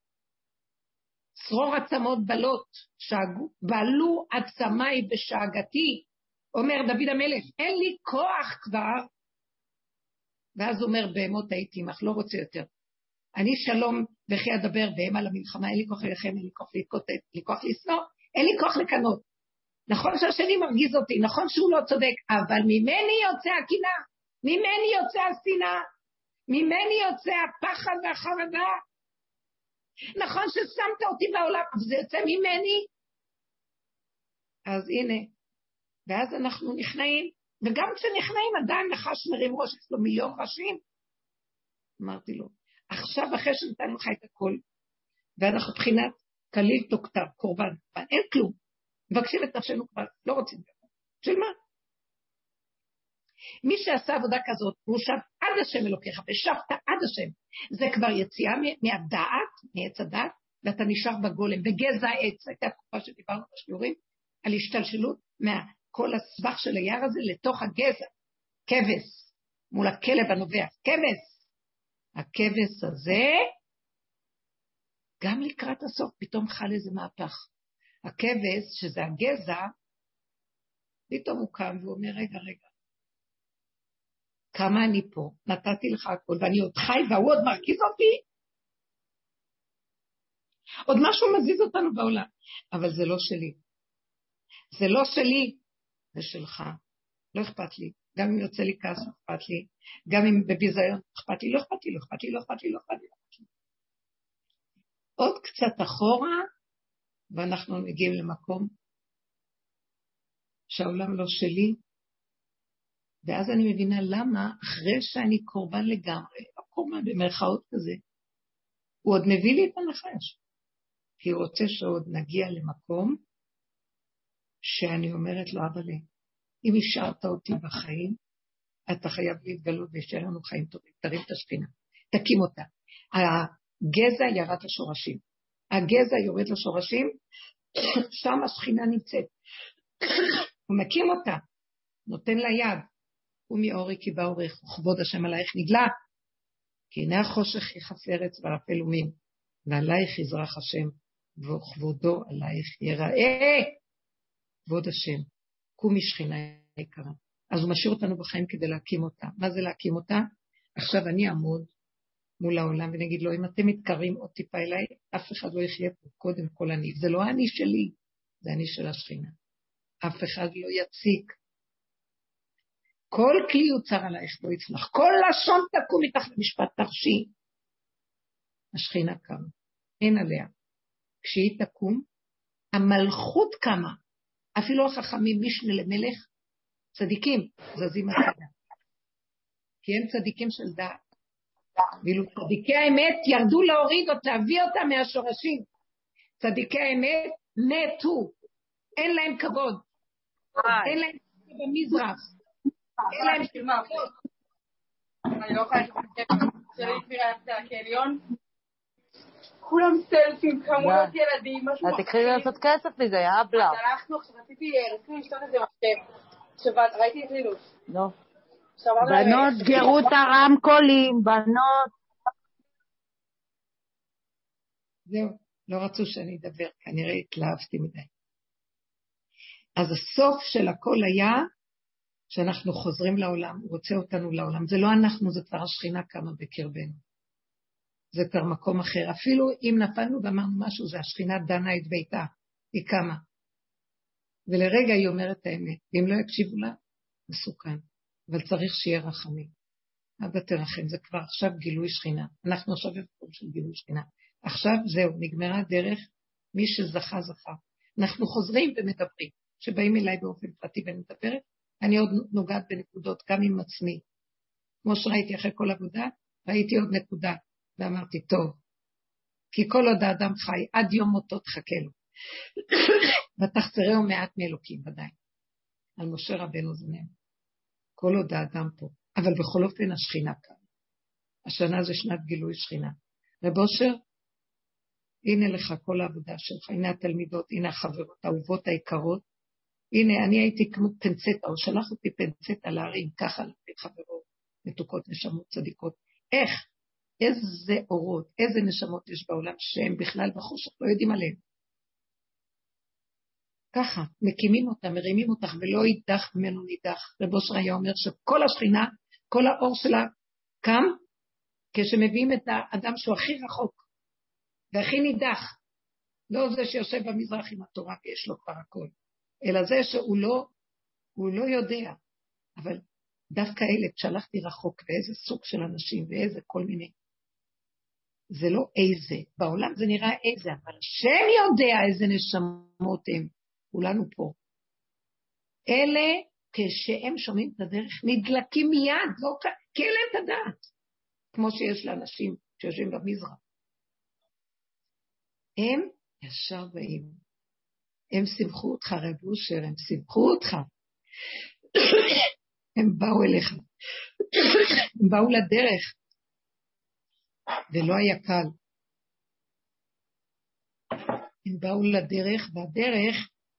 צרור עצמות בלות, בעלו עצמי בשאגתי, אומר דוד המלך, אין לי כוח כבר, ואז הוא אומר, בהמות הייתי, אך לא רוצה יותר. אני שלום וכי אדבר בהם על המלחמה, אין לי כוח ללחם, אין לי כוח להתקוטט, אין לי כוח לשנוא, אין לי כוח לקנות. נכון שהשני מרגיז אותי, נכון שהוא לא צודק, אבל ממני יוצא הקנאה, ממני יוצא השנאה, ממני יוצא הפחד והחרדה. נכון ששמת אותי בעולם, אבל זה יוצא ממני. אז הנה, ואז אנחנו נכנעים, וגם כשנכנעים עדיין נחש מרים ראש, יש לו מיליון ראשים. אמרתי לו, עכשיו אחרי שנתנו לך את הכל, ואנחנו בחינת כליל תוקטר, קורבן, אין כלום. מבקשים את נפשנו כבר, לא רוצים דבר. של מה? מי שעשה עבודה כזאת, הוא שב עד השם אלוקיך, ושבת עד השם. זה כבר יציאה מהדעת, מעץ הדעת, ואתה נשאר בגולם, בגזע העץ. הייתה תקופה שדיברנו בשיעורים, על השתלשלות כל הסבך של היער הזה לתוך הגזע. כבש, מול הכלב הנובח, כבש. הכבש הזה, גם לקראת הסוף, פתאום חל איזה מהפך. הכבש, שזה הגזע, פתאום הוא קם ואומר, רגע, כמה אני פה, נתתי לך הכל, ואני עוד חי, והוא עוד מרגיז אותי. עוד משהו מזיז אותנו בעולם, אבל זה לא שלי. זה לא שלי, זה שלך. לא אכפת לי. גם אם יוצא לי כעס, לא אכפת לי. גם אם בביזיון, אכפת לי, לא אכפת לי, לא אכפת לי, לא אכפת לי, לא אכפת לי. עוד קצת אחורה, ואנחנו מגיעים למקום שהעולם לא שלי, ואז אני מבינה למה, אחרי שאני קורבן לגמרי, קורבן במרכאות כזה, הוא עוד מביא לי את הנחש. כי הוא רוצה שעוד נגיע למקום, שאני אומרת לו, אבל אם השארת אותי בחיים, אתה חייב להתגלות וישאר לנו חיים טובים, תרים את השכינה, תקים אותה. הגזע ירד לשורשים. הגזע יורד לשורשים, שם השכינה נמצאת. הוא מקים אותה, נותן לה יד. ומאורי כי באורך, וכבוד השם עלייך נגלה. כי הנה החושך יכף ארץ וערפל ומים, ועלייך יזרח השם, וכבודו עלייך יראה. כבוד השם, קומי שכינה יקרה. אז הוא משאיר אותנו בחיים כדי להקים אותה. מה זה להקים אותה? עכשיו אני אעמוד מול העולם ונגיד לו, אם אתם מתקרבים עוד טיפה אליי, אף אחד לא יחיה פה, קודם כל אני. זה לא אני שלי, זה אני של השכינה. אף אחד לא יציק. כל כלי יוצר עלייך לא יצלח. כל לשון תקום מתחת למשפט תרשי. השכינה קמה. אין עליה. כשהיא תקום, המלכות קמה. אפילו החכמים משנה למלך, צדיקים, זזים הצדה. כי הם צדיקים של דעת. ואילו צדיקי האמת ירדו להוריד אותה, להביא אותה מהשורשים. צדיקי האמת נטו. אין להם כבוד. אין להם כבוד במזרח. אין להם כבוד. אני לא יכולה שלי תבירה את הקליון. כולם סלפים, כמויות ילדים, משהו מחשב. תקחי לעשות כסף מזה, יאבלה. אז הלכנו, עכשיו רציתי לשתות איזה מחשב. עכשיו ראיתי את לילוש. לא. בנות, סגרו את הרמקולים, בנות. זהו, לא רצו שאני אדבר, כנראה התלהבתי מדי. אז הסוף של הכל היה שאנחנו חוזרים לעולם, הוא רוצה אותנו לעולם. זה לא אנחנו, זה כבר השכינה קמה בקרבנו. זה כבר מקום אחר. אפילו אם נפלנו ואמרנו משהו, זה השכינה דנה את ביתה, היא קמה. ולרגע היא אומרת האמת, ואם לא יקשיבו לה, מסוכן. אבל צריך שיהיה רחמים. אבא תרחם, זה כבר עכשיו גילוי שכינה. אנחנו עכשיו במקום של גילוי שכינה. עכשיו זהו, נגמרה הדרך, מי שזכה זכה. אנחנו חוזרים ומדברים. שבאים אליי באופן פרטי ואני מדברת, אני עוד נוגעת בנקודות, גם עם עצמי. כמו שראיתי אחרי כל עבודה, ראיתי עוד נקודה, ואמרתי, טוב, כי כל עוד האדם חי, עד יום מותו תחכה לו. ותחצרהו מעט מאלוקים, ודאי. על משה רבנו זמם. כל עוד האדם פה. אבל בכל אופן השכינה כאן. השנה זה שנת גילוי שכינה. רב אושר, הנה לך כל העבודה שלך, הנה התלמידות, הנה החברות, האהובות היקרות, הנה אני הייתי כמו פנצטה, או שלח אותי פנצטה להרים, ככה לחברות, מתוקות, נשמות, צדיקות. איך? איזה אורות, איזה נשמות יש בעולם שהם בכלל בחושך, לא יודעים עליהם. ככה, מקימים אותה, מרימים אותך, ולא יידח ממנו נידח. רב אושר היה אומר שכל השכינה, כל האור שלה קם, כשמביאים את האדם שהוא הכי רחוק, והכי נידח, לא זה שיושב במזרח עם התורה ויש לו כבר הכל, אלא זה שהוא לא יודע, אבל דווקא אלה, כשהלכתי רחוק, ואיזה סוג של אנשים, ואיזה כל מיני, זה לא איזה, בעולם זה נראה איזה, אבל השם יודע איזה נשמות הם, כולנו פה. אלה, כשהם שומעים את הדרך, נדלקים מיד, לא כי אין להם את הדעת, כמו שיש לאנשים שיושבים במזרח. הם ישר באים, הם שמחו אותך רב אושר, הם שמחו אותך, הם באו אליך, הם באו לדרך, ולא היה קל. הם באו לדרך, והדרך,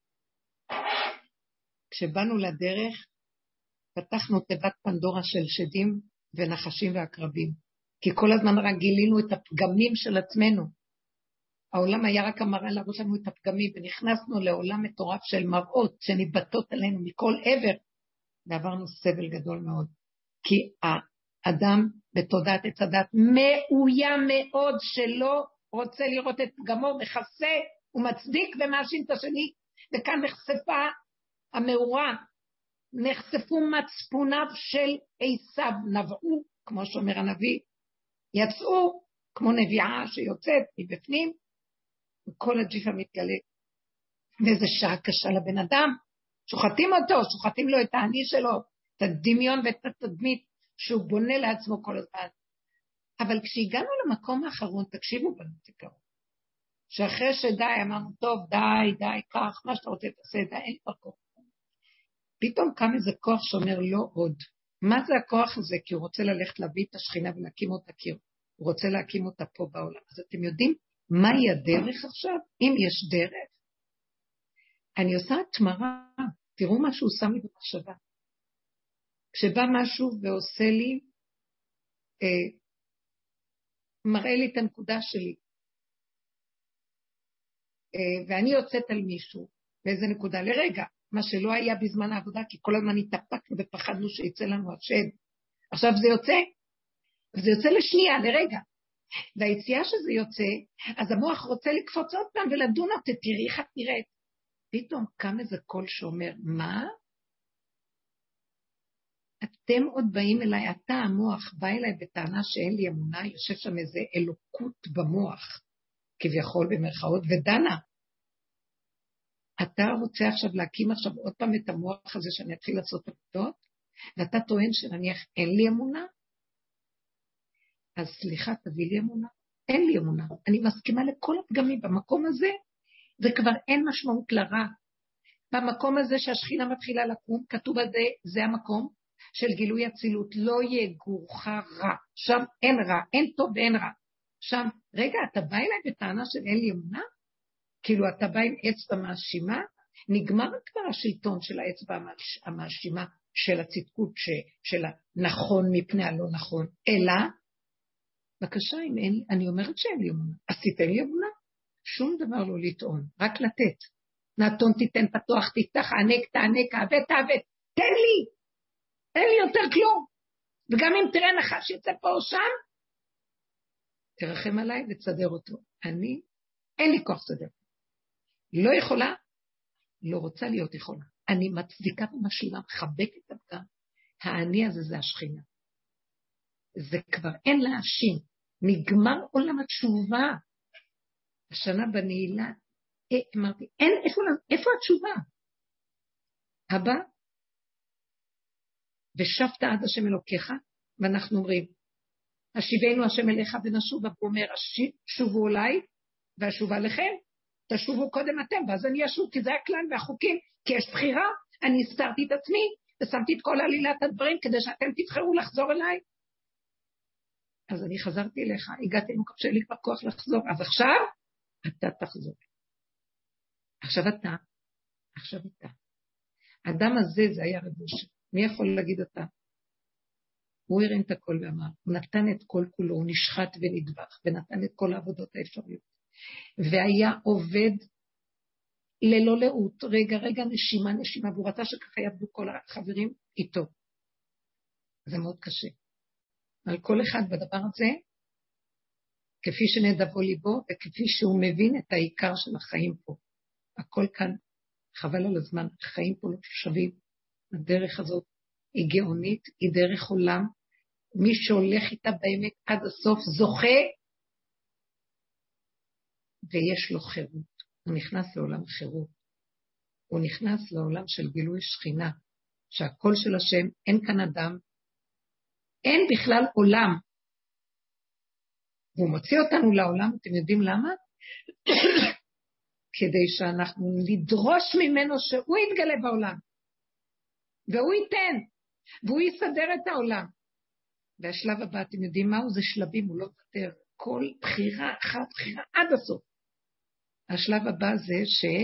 כשבאנו לדרך, פתחנו תיבת פנדורה של שדים ונחשים ועקרבים, כי כל הזמן רק גילינו את הפגמים של עצמנו. העולם היה רק המראה להראות לנו את הפגמים, ונכנסנו לעולם מטורף של מראות שניבטות עלינו מכל עבר, ועברנו סבל גדול מאוד. כי האדם בתודעת הצדת מאוים מאוד שלא רוצה לראות את פגמו, מכסה ומצדיק ומאשים את השני, וכאן נחשפה המאורה, נחשפו מצפוניו של עשיו, נבעו, כמו שאומר הנביא, יצאו כמו נביעה שיוצאת מבפנים, וכל הג'יפה מתגלה. ואיזה שעה קשה לבן אדם, שוחטים אותו, שוחטים לו את העני שלו, את הדמיון ואת התדמית שהוא בונה לעצמו כל הזמן. אבל כשהגענו למקום האחרון, תקשיבו בנתיקרו, שאחרי שדי אמרנו, טוב, די, כך, מה שאתה רוצה תעשה, די, אין כבר כוח. פתאום קם איזה כוח שאומר לא עוד. מה זה הכוח הזה? כי הוא רוצה ללכת להביא את השכינה ולהקים אותה, כי הוא רוצה להקים אותה פה בעולם. אז אתם יודעים מהי הדרך עכשיו? אם יש דרך, אני עושה תמרה, תראו מה שהוא שם לי במחשבה. כשבא משהו ועושה לי, מראה לי את הנקודה שלי, ואני יוצאת על מישהו, באיזה נקודה, לרגע, מה שלא היה בזמן העבודה, כי כל הזמן התאפקנו ופחדנו שיצא לנו השד. עכשיו זה יוצא לשנייה, לרגע. והיציאה שזה יוצא, אז המוח רוצה לקפוץ עוד פעם ולדון אותה, תראי איך את נראית. פתאום קם איזה קול שאומר, מה? אתם עוד באים אליי, אתה המוח בא אליי בטענה שאין לי אמונה, יושב שם איזה אלוקות במוח, כביכול במרכאות, ודנה. אתה רוצה עכשיו להקים עכשיו עוד פעם את המוח הזה שאני אתחיל לעשות עבודות, ואתה טוען שנניח אין לי אמונה? אז סליחה, תביא לי אמונה. אין לי אמונה. אני מסכימה לכל הפגמים במקום הזה, וכבר אין משמעות לרע. במקום הזה שהשכינה מתחילה לקום, כתוב על זה המקום של גילוי הצילות, לא יגורך רע. שם אין רע, אין טוב ואין רע. שם, רגע, אתה בא אליי בטענה של אין לי אמונה? כאילו אתה בא עם אצבע מאשימה, נגמר כבר השלטון של האצבע המאשימה, של הצדקות, של הנכון מפני הלא נכון, אלא, בבקשה, אם אין לי, אני אומרת שאין לי אמונה, אז תיתן לי אמונה, שום דבר לא לטעון, רק לתת, נתון תיתן פתוח, תפתח, תענק, תעבד, תן לי, אין לי יותר כלום, וגם אם תראה נחש יצא פה או שם, תרחם עליי ותסדר אותו, אין לי כוח סדר. לא יכולה, לא רוצה להיות יכולה. אני מצדיקה ומשלימה, מחבקת את הפגם. העני הזה זה השכינה. זה כבר אין להאשים. נגמר עולם התשובה. השנה בנעילה, אמרתי, איפה התשובה? הבא, ושבת עד השם אלוקיך, ואנחנו אומרים, השיבנו השם אליך ונשובה, הוא אומר, שובו אליי, והשובה לכם. תשובו קודם אתם, ואז אני אשוב, כי זה הכלל והחוקים, כי יש בחירה, אני הסתרתי את עצמי, ושמתי את כל עלילת הדברים, כדי שאתם תבחרו לחזור אליי. אז אני חזרתי אליך, הגעתי למקום שאין לי כבר כוח לחזור, אז עכשיו אתה תחזור. עכשיו אתה. האדם הזה זה היה רב אושר. מי יכול להגיד אתה? הוא הרים את הכל ואמר, הוא נתן את כל כולו, הוא נשחט ונדבח, ונתן את כל העבודות האפשריות. והיה עובד ללא לאות, רגע, נשימה, והוא רצה שככה יעבדו כל החברים איתו. זה מאוד קשה. על כל אחד בדבר הזה, כפי שנדבו ליבו, וכפי שהוא מבין את העיקר של החיים פה. הכל כאן, חבל על הזמן, החיים פה לא שווים. הדרך הזאת היא גאונית, היא דרך עולם. מי שהולך איתה באמת עד הסוף זוכה, ויש לו חירות. הוא נכנס לעולם חירות. הוא נכנס לעולם של גילוי שכינה, שהכל של השם, אין כאן אדם, אין בכלל עולם. והוא מוציא אותנו לעולם, אתם יודעים למה? כדי שאנחנו נדרוש ממנו שהוא יתגלה בעולם. והוא ייתן, והוא יסדר את העולם. והשלב הבא, אתם יודעים מהו? זה שלבים, הוא לא יותר. כל בחירה אחת, בחירה עד הסוף. השלב הבא זה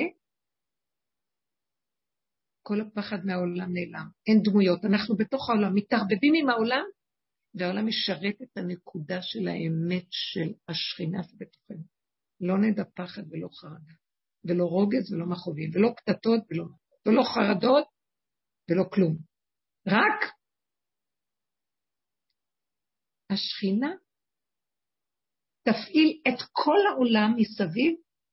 שכל הפחד מהעולם נעלם. אין דמויות, אנחנו בתוך העולם, מתערבבים עם העולם, והעולם משרת את הנקודה של האמת של השכינה שבתוכנו. לא נדע פחד ולא חרדה, ולא רוגז ולא מחובים, ולא קטטות ולא חרדות, ולא כלום. רק השכינה תפעיל את כל העולם מסביב,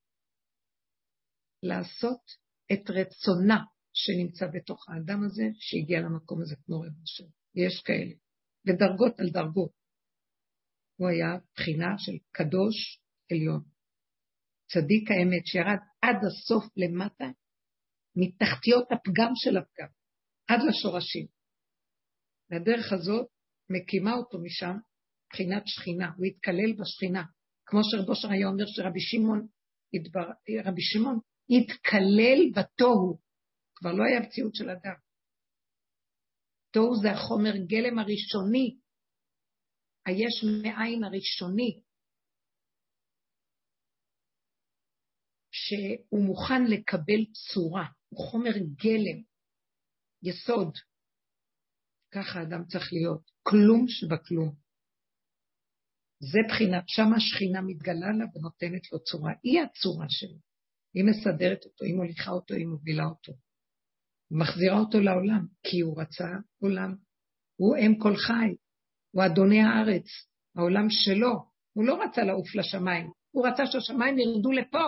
לעשות את רצונה שנמצא בתוך האדם הזה, שהגיע למקום הזה כמו רב אושר. יש כאלה. ודרגות על דרגות. הוא היה בחינה של קדוש עליון. צדיק האמת שירד עד הסוף למטה, מתחתיות הפגם של הפגם, עד לשורשים. והדרך הזאת מקימה אותו משם, בחינת שכינה, הוא התקלל בשכינה. כמו שרב אושר היה אומר שרבי שמעון התקלל בתוהו, כבר לא היה מציאות של אדם. תוהו זה החומר גלם הראשוני, היש מאין הראשוני, שהוא מוכן לקבל צורה, הוא חומר גלם, יסוד. ככה האדם צריך להיות, כלום שבכלום. זה בחינת, שם השכינה מתגלה לה ונותנת לו צורה, היא הצורה שלו. היא מסדרת אותו, היא מוליכה אותו, היא מובילה אותו. מחזירה אותו לעולם, כי הוא רצה עולם. הוא אם כל חי, הוא אדוני הארץ, העולם שלו. הוא לא רצה לעוף לשמיים, הוא רצה שהשמיים ירדו לפה.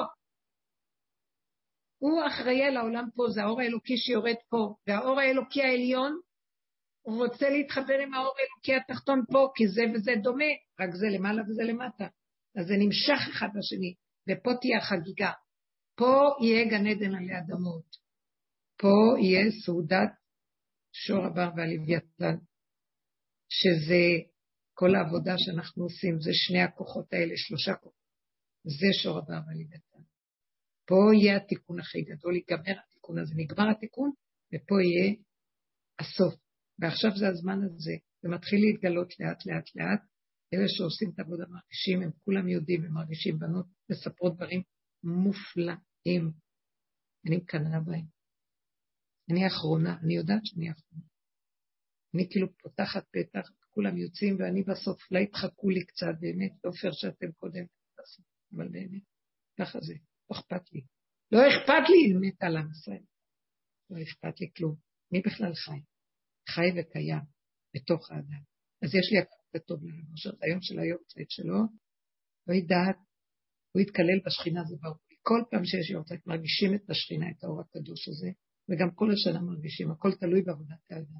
הוא אחראי על העולם פה, זה האור האלוקי שיורד פה, והאור האלוקי העליון, הוא רוצה להתחבר עם האור האלוקי התחתון פה, כי זה וזה דומה, רק זה למעלה וזה למטה. אז זה נמשך אחד לשני, ופה תהיה החגיגה. פה יהיה גן עדן עלי אדמות. פה יהיה סעודת שור הבר והלוויתן, שזה כל העבודה שאנחנו עושים, זה שני הכוחות האלה, שלושה כוחות. זה שור הבר והלוויתן. פה יהיה התיקון הכי גדול, ייגמר התיקון הזה, נגמר התיקון, ופה יהיה הסוף. ועכשיו זה הזמן הזה, זה מתחיל להתגלות לאט לאט לאט, אלה שעושים את העבודה מרגישים, הם כולם יודעים, הם מרגישים בנות, מספרות דברים מופלאים. אני מקנאה בהם. אני אחרונה, אני יודעת שאני אחרונה. אני כאילו פותחת פתח, כולם יוצאים, ואני בסוף לא יתחכו לי קצת, באמת, לא פייר שאתם קודם, אבל באמת, ככה זה, לא אכפת לי. לא אכפת לי, באמת על עם ישראל. לא אכפת לי כלום. מי בכלל חי? חי וקיים בתוך האדם. אז יש לי הכרת טוב לראש, היום של היורצייט שלו, לא ידעת, הוא יתקלל בשכינה, זה ברור. כל פעם שיש יורצייט, מרגישים את השכינה, את האור הקדוש הזה, וגם כל השנה מרגישים, הכל תלוי בעבודת האדם.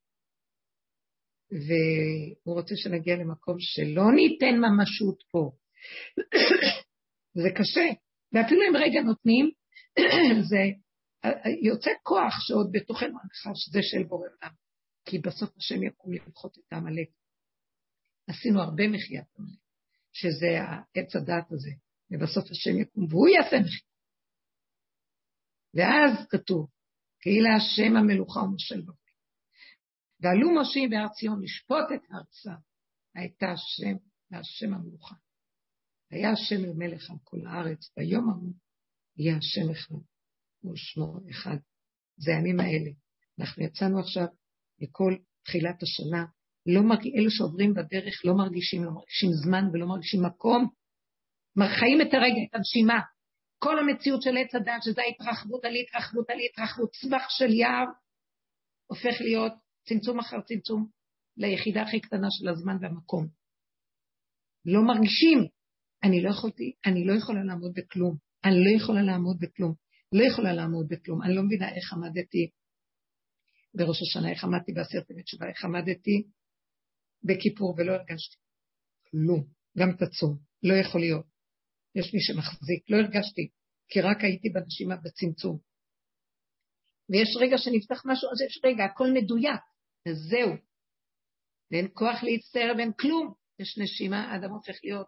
והוא רוצה שנגיע למקום שלא ניתן ממשות פה. זה קשה, ואפילו אם רגע נותנים, זה יוצא כוח שעוד בתוכנו הנחש, זה של בורא עולם, כי בסוף השם יקום למחות את העמלק. עשינו הרבה מחיית עמלק, שזה העץ הדעת הזה, ובסוף השם יקום, והוא יעשה מחייה. ואז כתוב, כאילו השם המלוכה ומושל בו. ועלו משה בהר ציון לשפוט את ארצה. הייתה השם והשם המלוכה. היה השם למלך על כל הארץ, ביום ההוא יהיה השם אחד, ושמו אחד. זה הימים האלה. אנחנו יצאנו עכשיו לכל תחילת השנה, אלו שעוברים בדרך לא מרגישים זמן ולא מרגישים מקום, חיים את הרגע, את הנשימה. כל המציאות של עץ הדת, שזה ההתרחבות על התרחבות על התרחבות, צמח של יער, הופך להיות צמצום אחר צמצום, ליחידה הכי קטנה של הזמן והמקום. לא מרגישים, אני לא יכולה לעמוד בכלום, אני לא יכולה לעמוד בכלום, אני לא מבינה איך עמדתי בראש השנה, איך עמדתי בעשרת ימי תשובה, איך עמדתי בכיפור ולא הרגשתי כלום, גם תצום, לא יכול להיות. יש מי שמחזיק, לא הרגשתי, כי רק הייתי בנשימה בצמצום. ויש רגע שנפתח משהו, אז יש רגע, הכל מדויק, וזהו. ואין כוח להצטער ואין כלום. יש נשימה, האדם הופך להיות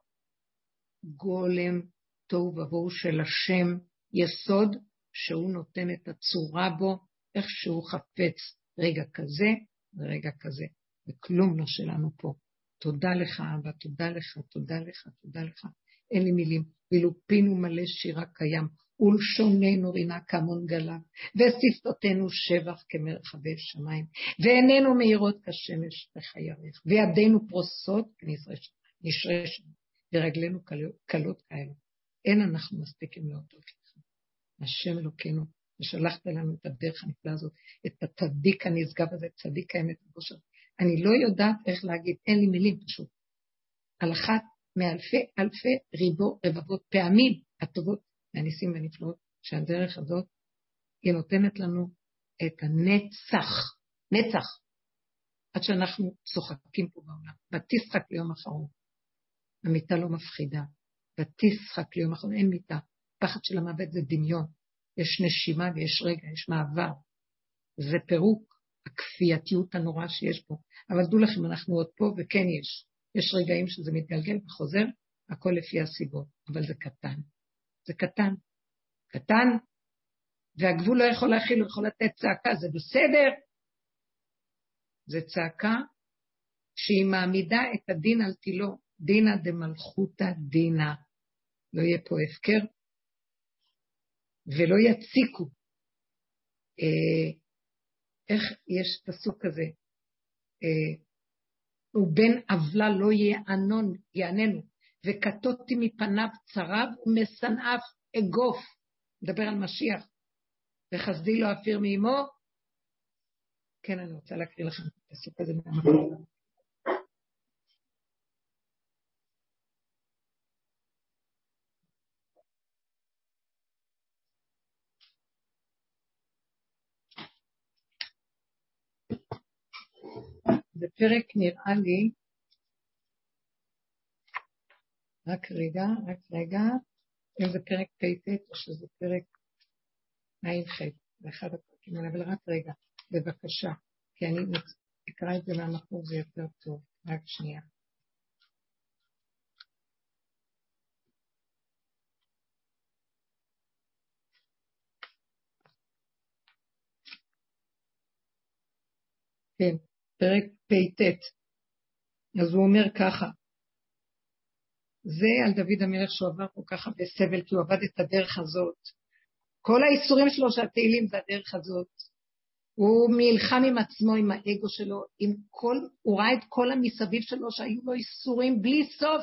גולם טוב ובוהו של השם, יסוד שהוא נותן את הצורה בו, איך שהוא חפץ, רגע כזה ורגע כזה. וכלום לא שלנו פה. תודה לך אבא, תודה לך, תודה לך, תודה לך. אין לי מילים, ואילו פינו מלא שירה קיים, ולשוננו רינה כמון גלם, ושפתותינו שבח כמרחבי שמיים, ועינינו מאירות כשמש וחייך, וידינו פרוסות נשרשת, ורגלינו קלות כאלה. אין אנחנו מספיקים להודות לך. השם אלוקינו, ושלחת לנו את הדרך הנפלאה הזאת, את הצדיק הנשגב הזה, צדיק האמת ובושר. אני לא יודעת איך להגיד, אין לי מילים פשוט. על אחת מאלפי רבבות פעמים הטובות והניסים והנפלאות, שהדרך הזאת היא נותנת לנו את נצח, עד שאנחנו צוחקים פה בעולם. ותשחק ליום אחרון, המיטה לא מפחידה, ותשחק ליום אחרון, אין מיטה, פחד של המוות זה דמיון, יש נשימה ויש רגע, יש מעבר, זה פירוק, הכפייתיות הנורא שיש פה, אבל דעו לכם, אנחנו עוד פה וכן יש רגעים שזה מתגלגל וחוזר, הכל לפי הסיבות, אבל זה קטן, והגבול לא יכול להכיל, הוא יכול לתת צעקה, זה בסדר, זה צעקה שהיא מעמידה את הדין על תילו, דינה דמלכותא דינה, לא יהיה פה הפקר, ולא יציקו, איך יש פסוק כזה, ובן עוולה לא יעננו, וכתותי מפניו צרב ומשנאיו אגוף, מדבר על משיח, וחסדי לא אפיר מאמו. כן, אני רוצה להקריא לכם את הפסוק הזה מהמקום. זה פרק נראה לי, רק רגע, אם זה פרק פייטט או שזה פרק ע"ח, זה אחד הפרקים האלה, אבל רק רגע, בבקשה, כי אני אקרא את זה מהמקום, זה יותר טוב, רק שנייה. כן, פרק פייטט, אז הוא אומר ככה, זה על דוד המלך שהוא עבר כל כך הרבה סבל, כי הוא עבד את הדרך הזאת. כל האיסורים שלו שהתהילים זה הדרך הזאת. הוא מלחם עם עצמו, עם האגו שלו, הוא ראה את כל המסביב שלו שהיו לו איסורים בלי סוף,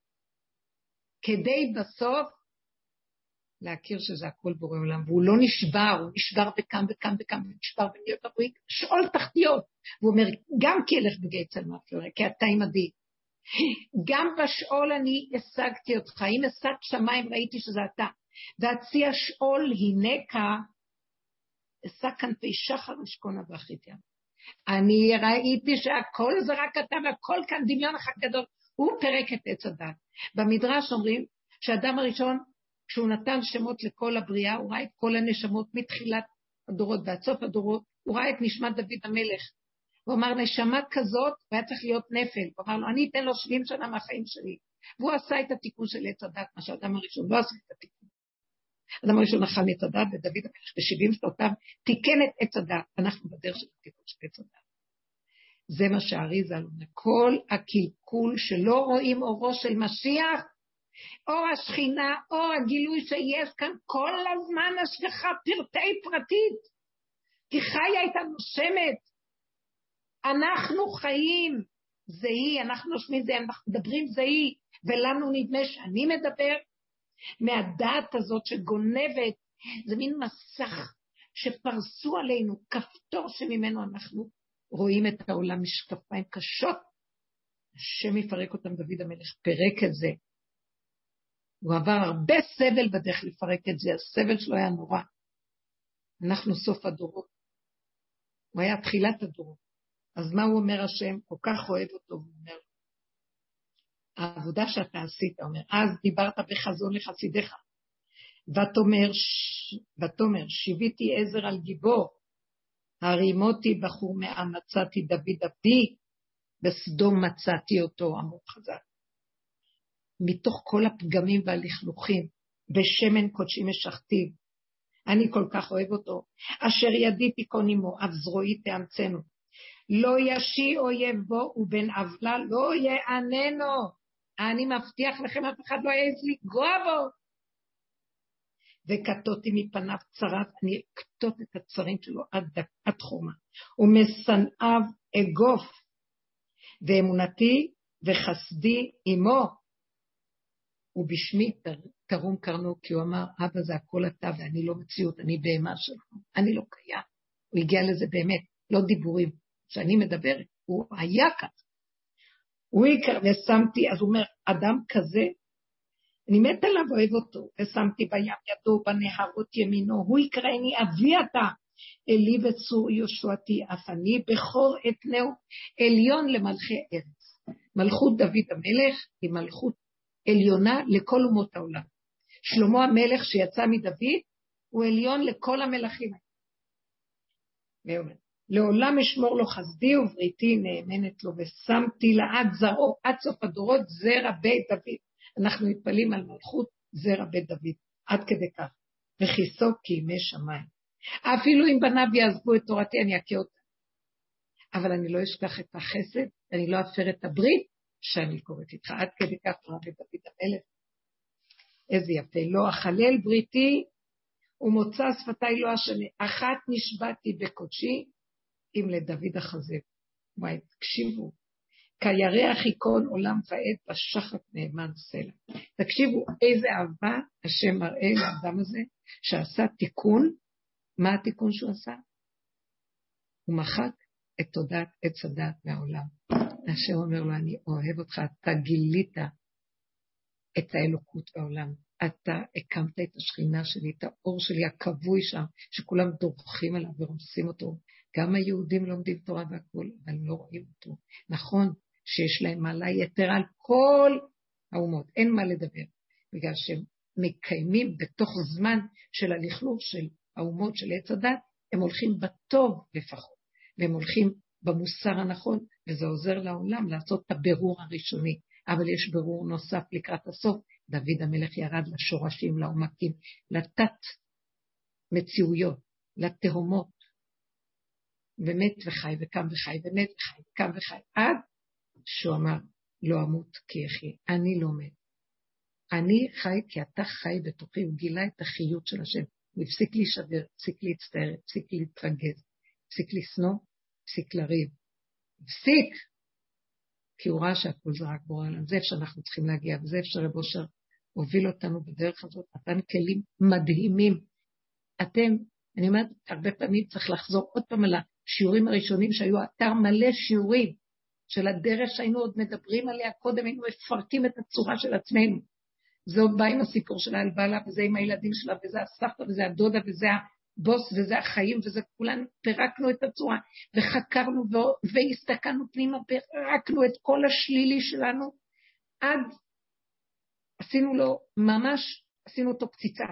כדי בסוף להכיר שזה הכל בורא עולם. והוא לא נשבר, הוא נשבר וקם, נשבר ונהיות הברית, שאול תחתיות. והוא אומר, גם כי אלך בגיא צלמות, כי אתה עמדי. גם בשאול אני השגתי אותך, אם השגת שמיים ראיתי שזה אתה, והציע שאול הנקה, השג כנפי שחר ושכונה באחרית ים. אני ראיתי שהכל זה רק אתה, והכל כאן דמיון אחד גדול, הוא פרק את עץ הדת. במדרש אומרים שהאדם הראשון, כשהוא נתן שמות לכל הבריאה, הוא ראה את כל הנשמות מתחילת הדורות ועד סוף הדורות, הוא ראה את נשמת דוד המלך, הוא אמר, נשמה כזאת, והיה צריך להיות נפל. הוא אמר לו, אני אתן לו 70 שנה מהחיים שלי. והוא עשה את התיקון של עץ הדת, מה שהאדם הראשון לא עשה את התיקון. האדם הראשון נחם את הדת, ודוד המלך ב70 שנותיו תיקן את עץ הדת. אנחנו בדרך של התיקון של עץ הדת. זה מה שהאריזה אומר. כל הקלקול שלא רואים אורו של משיח, אור השכינה, אור הגילוי שיש כאן כל הזמן השגחה פרטי פרטית, כי חיה הייתה נושמת, אנחנו חיים, זה היא, אנחנו נושמים זה, אנחנו מדברים זה היא, ולנו נדמה שאני מדבר, מהדעת הזאת שגונבת, זה מין מסך שפרסו עלינו, כפתור שממנו אנחנו רואים את העולם משקפיים קשות, השם יפרק אותם, דוד המלך פרק את זה, הוא עבר הרבה סבל בדרך לפרק את זה, הסבל שלו היה נורא, אנחנו סוף הדורות, הוא היה תחילת הדורות, אז מה הוא אומר השם? כל כך אוהב אותו, הוא אומר, העבודה שאתה עשית, הוא אומר, אז דיברת בחזון לחסידיך, ותאמר, שיביתי עזר על גיבור, הרימותי בחור מעם, מצאתי דוד עבדי, בסדום מצאתי אותו, עמוד חזק. מתוך כל הפגמים והלכלוכים, בשמן קודשי משכתיו, אני כל כך אוהב אותו, אשר ידיתי קונימו, אף זרועי תאמצנו, לא ישי אויב בו, ובן עוולה לא יעננו, אני מבטיח לכם, אף אחד לא יעז לגוע בו, וקטותי מפניו צרת, אני אקטוט את הצרים שלו עד חומה, ומסנאיו אגוף, ואמונתי וחסדי עמו, ובשמי תרום קרנו, כי הוא אמר, אבא זה הכל אתה, ואני לא מציאות, אני בהמה שלך, אני לא קיים, הוא הגיע לזה באמת, לא דיבורים, שאני מדברת, הוא היה כזה, הוא יקר, ושמתי, אז הוא אומר, אדם כזה, אני מת עליו, אוהב אותו, ושמתי בים ידו, בנהרות ימינו, הוא יקראני אבי אתה, אלי וצור ישועתי, אף אני בכור אתנהו, עליון למלכי ארץ. מלכות דוד המלך היא מלכות עליונה לכל אומות העולם. שלמה המלך שיצא מדוד, הוא עליון לכל המלכים. ואומר, לעולם אשמור לו חסדי ובריתי נאמנת לו, ושמתי לעד זרעו, עד סוף הדורות זרע בית דוד. אנחנו מתפלים על מלכות זרע בית דוד, עד כדי כך. וכיסו כימי שמיים. אפילו אם בניו יעזבו את תורתי, אני אכה אותה. אבל אני לא אשכח את החסד, אני לא אפר את הברית שאני קוראת איתך. עד כדי כך רבי דוד המלך. איזה יפה. לא אחלל בריתי, ומוצא שפתי לא אשנה. אחת נשבעתי בקודשי, אם לדוד החזה. וואי, תקשיבו. כירח יקון עולם ועד בשחת נאמן סלע. תקשיבו, איזה אהבה השם מראה לאדם הזה, שעשה תיקון. מה התיקון שהוא עשה? הוא מחק את תודעת עץ הדעת מהעולם. השם אומר לו, אני אוהב אותך, אתה גילית את האלוקות בעולם. אתה הקמת את השכינה שלי, את האור שלי הקבוי שם, שכולם דורכים עליו ורומסים אותו. גם היהודים לומדים תורה והכל, אבל לא רואים אותו. נכון שיש להם מעלה יתר על כל האומות, אין מה לדבר, בגלל שהם מקיימים בתוך זמן של הלכלוך של האומות של עץ הדת, הם הולכים בטוב לפחות, והם הולכים במוסר הנכון, וזה עוזר לעולם לעשות את הבירור הראשוני, אבל יש בירור נוסף לקראת הסוף. דוד המלך ירד לשורשים, לעומקים, לתת מציאויות, לתהומות, ומת וחי וקם וחי, ומת וחי וקם וחי, עד שהוא אמר, לא אמות כי אחי, אני לא מת, אני חי כי אתה חי בתוכי. הוא גילה את החיות של השם, הוא הפסיק להישבר, הפסיק להצטער, הפסיק להתרגז, הפסיק לשנוא, הפסיק לריב, הפסיק, כי הוא ראה שהכל זה רק בורא עולם. זה איפה שאנחנו צריכים להגיע, וזה איפה שרב אושר הוביל אותנו בדרך הזאת, נתן כלים מדהימים. אתם, אני אומרת, הרבה פעמים צריך לחזור עוד פעם על השיעורים הראשונים שהיו אתר מלא שיעורים, של הדרך שהיינו עוד מדברים עליה קודם, היינו מפרקים את הצורה של עצמנו. זה עוד בא עם הסיפור שלה על בעלה, וזה עם הילדים שלה, וזה הסבתא, וזה הדודה, וזה הבוס, וזה החיים, וזה כולנו, פרקנו את הצורה, וחקרנו והסתכלנו פנימה, פרקנו את כל השלילי שלנו, עד עשינו לו, ממש עשינו אותו קציצה,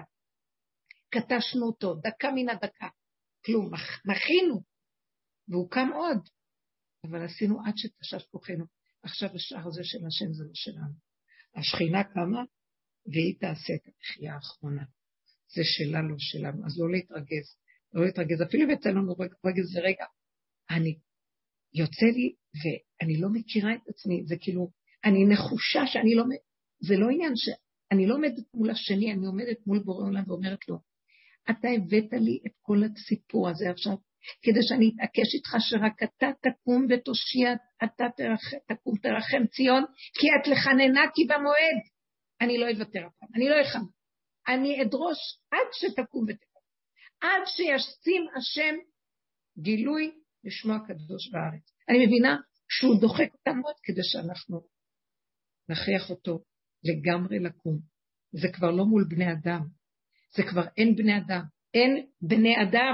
קטשנו אותו, דקה מן הדקה, כלום, מכינו, והוא קם עוד, אבל עשינו עד שתשש כוחנו. עכשיו השאר הזה של השם זה לא שלנו. השכינה קמה, והיא תעשה את המחייה האחרונה. זה שלה, לא שלנו. אז לא להתרגז. לא להתרגז. אפילו יצא לנו רגז לרגע. יוצא לי ואני לא מכירה את עצמי, זה כאילו, אני נחושה שאני לא, זה לא עניין שאני לא עומדת מול השני, אני עומדת מול בורא עולם ואומרת לו, אתה הבאת לי את כל הסיפור הזה עכשיו, כדי שאני אתעקש איתך שרק אתה תקום ותושיע, אתה תקום תרחם ציון, כי את לחננה כי במועד, אני לא אוותר הפעם, אני לא אחם, אני אדרוש עד שתקום ותקום, עד שישים השם גילוי לשמו הקדוש בארץ. אני מבינה שהוא דוחק אותנו עוד כדי שאנחנו נכריח אותו לגמרי לקום. זה כבר לא מול בני אדם, זה כבר אין בני אדם, אין בני אדם.